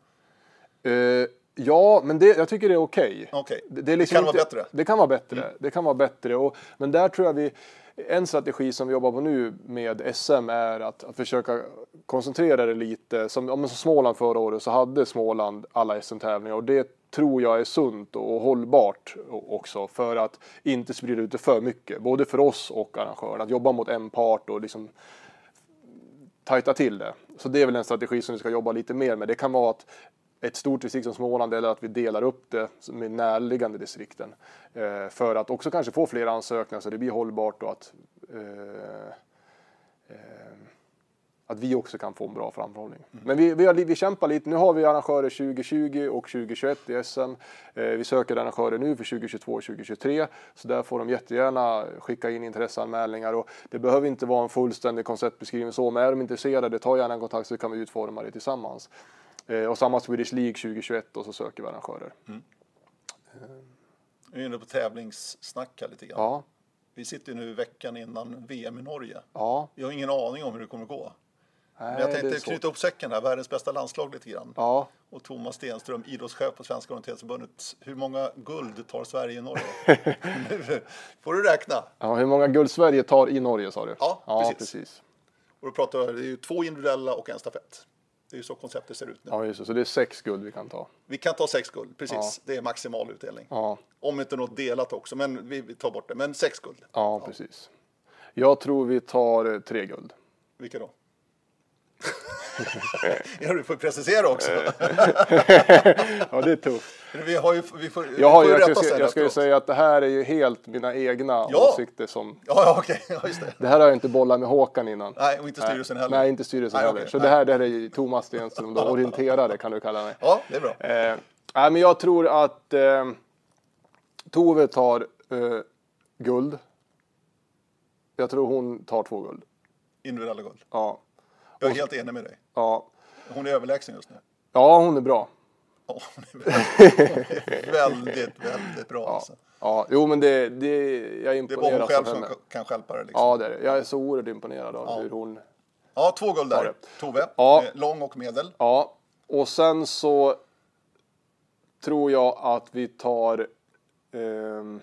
A: Uh, ja, men det, jag tycker det är okej.
B: Okay. Okay.
A: Det, det, är liksom
B: det kan
A: inte,
B: vara bättre?
A: Det kan vara bättre.
B: Mm.
A: Det kan vara bättre. Och, men där tror jag vi, en strategi som vi jobbar på nu med S M är att, att försöka koncentrera det lite. Som, om som Småland förra året så hade Småland alla S M-tävlingar och det tror jag är sunt och hållbart också för att inte sprida ut det för mycket. Både för oss och arrangören. Att jobba mot en part och liksom tajta till det. Så det är väl en strategi som vi ska jobba lite mer med. Det kan vara att ett stort distrikt som Småland eller att vi delar upp det med närliggande distrikten. Eh, för att också kanske få fler ansökningar så det blir hållbart och att eh, eh, att vi också kan få en bra framförhållning. Mm. Men vi, vi, har, vi kämpar lite. Nu har vi arrangörer tjugo tjugo och tjugo tjugoett i S M. Eh, vi söker arrangörer nu för tjugo tjugotvå och tjugo tjugotre. Så där får de jättegärna skicka in intresseanmälningar. Och det behöver inte vara en fullständig konceptbeskrivning så. Men är de intresserade, ta gärna en kontakt så kan vi utforma det tillsammans. Eh, och samma Swedish League tjugo tjugoett och så söker vi arrangörer.
B: Mm. Vi är inne på tävlingssnack här lite grann.
A: Ja.
B: Vi sitter ju nu veckan innan V M i Norge.
A: Ja.
B: Vi har ingen aning om hur det kommer att gå.
A: Nej,
B: Men jag tänkte knyta upp säcken här, världens bästa landslag lite grann.
A: Ja.
B: Och Thomas Stenström, idrottschef på Svenska orienteringsförbundet. Hur många guld tar Sverige i Norge? Nu får du räkna.
A: Ja, hur många guld Sverige tar i Norge sa du?
B: Ja,
A: ja
B: precis.
A: precis.
B: Och då pratar det är ju två individuella och en stafett. Det är ju så konceptet ser ut nu.
A: Ja, just det. Så det är sex guld vi kan ta.
B: Vi kan ta sex guld, precis.
A: Ja.
B: Det är maximal utdelning.
A: Ja.
B: Om inte något delat också, men vi, vi tar bort det. Men sex guld.
A: Ja,
B: Ja.
A: precis. Jag tror vi tar eh, tre guld.
B: Vilka då? Ja, du får precisera också.
A: Ja, det är tufft.
B: Vi har ju, vi får,
A: Jag, har,
B: vi får
A: jag,
B: rätta
A: ska,
B: oss
A: jag,
B: här
A: jag ska ju
B: efteråt.
A: säga att det här är ju helt mina egna
B: Ja.
A: åsikter som...
B: Ja, ja okej. Ja, just det.
A: Det här har jag inte bollat med Håkan innan.
B: Nej, och inte styrelsen
A: Nej.
B: heller.
A: Nej, inte styrelsen
B: Nej,
A: heller.
B: okej.
A: Så
B: Nej.
A: det här, det här är Thomas Stenström, då, orienterare kan du kalla mig.
B: Ja, det är bra.
A: Eh, nej, men jag tror att eh, Tove tar eh, guld. Jag tror hon tar två guld.
B: Individuella guld.
A: Ja.
B: Jag är helt enig med dig.
A: Ja.
B: Hon är överlägsen just nu.
A: Ja, hon är bra.
B: Ja, hon är väldigt, hon är väldigt, väldigt bra.
A: Ja,
B: Alltså.
A: ja. Jo, men det, det, jag är
B: Det är bara hon
A: imponerad
B: själv
A: av
B: som
A: henne.
B: kan stjälpa det. Liksom.
A: Ja, det är det. Jag är så oerhört imponerad av
B: Ja.
A: hur hon...
B: Ja, två guld
A: Ja,
B: där.
A: det.
B: Tove,
A: Ja.
B: eh, lång och medel.
A: Ja, och sen så tror jag att vi tar ehm,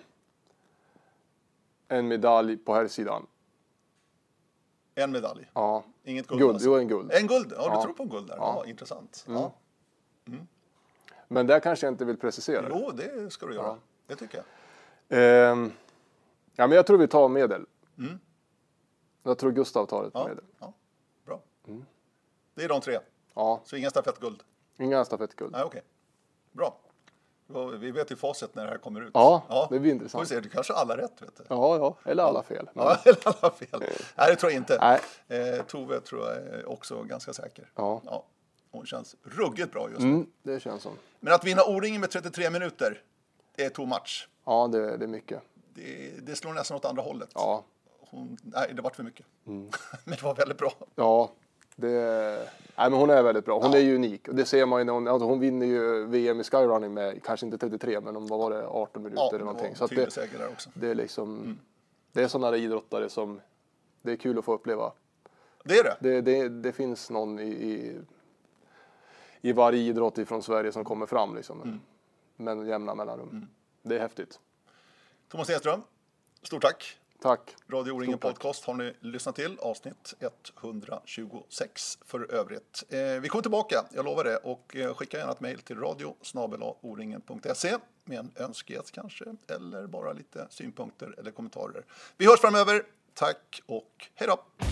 A: en medalj på här sidan.
B: En medalj.
A: Ja,
B: Inget guld.
A: guld.
B: Alltså.
A: Jo, en guld.
B: En guld? Ja, du
A: Ja.
B: tror på en guld där.
A: Ja.
B: Ja, intressant.
A: Mm.
B: Ja.
A: Men där kanske jag inte vill precisera.
B: Jo, det ska du göra.
A: Ja.
B: Det tycker jag.
A: Ehm, ja, men jag tror vi tar medel.
B: Mm.
A: Jag tror Gustav tar ett
B: Ja.
A: medel.
B: Ja. Bra. Det är de tre.
A: Ja,
B: Så inga stafettguld.
A: inga stafettguld.
B: Nej, okej. Bra. Ja, vi vet ju facit när det här kommer ut.
A: Ja, det blir
B: Får
A: intressant.
B: vi se, du kanske har alla rätt, vet du.
A: Ja, ja, eller alla fel. Men,
B: Ja, eller alla fel. Nej, det tror jag inte.
A: Nej.
B: Eh, Tove tror jag är också ganska säker.
A: Ja.
B: Ja. Hon känns ruggigt bra just nu.
A: Mm, det känns som.
B: Men att vinna O-ringen med trettiotre minuter, det är too much.
A: Ja, det, det är mycket.
B: Det, det slår nästan åt andra hållet.
A: Ja,
B: Hon, nej, det var för mycket.
A: Mm.
B: Men det var väldigt bra.
A: ja. Det, nej, men hon är väldigt bra. Hon är ju unik. Och det ser man ju när hon, alltså hon vinner ju V M i skyrunning med, kanske inte trettiotre, men om vad var det, arton minuter
B: Ja,
A: eller
B: det var
A: någonting.
B: en
A: Så att
B: tydlig
A: det,
B: seger där också.
A: det är liksom, det är sådana där idrottare som det är kul att få uppleva.
B: Det är det.
A: Det, det, det finns någon i, i, i varje idrott ifrån Sverige som kommer fram liksom.
B: Mm.
A: Men jämna mellanrum. Det är häftigt.
B: Thomas Stenström, stort tack.
A: Tack.
B: Radio O-ringen
A: Stort tack.
B: podcast har ni lyssnat till, avsnitt etthundratjugosex för övrigt. Eh, vi kommer tillbaka, jag lovar det, och eh, skicka gärna ett mejl till radio snabel-a oringen punkt se med en önskegäst kanske, eller bara lite synpunkter eller kommentarer. Vi hörs framöver, tack och hej då!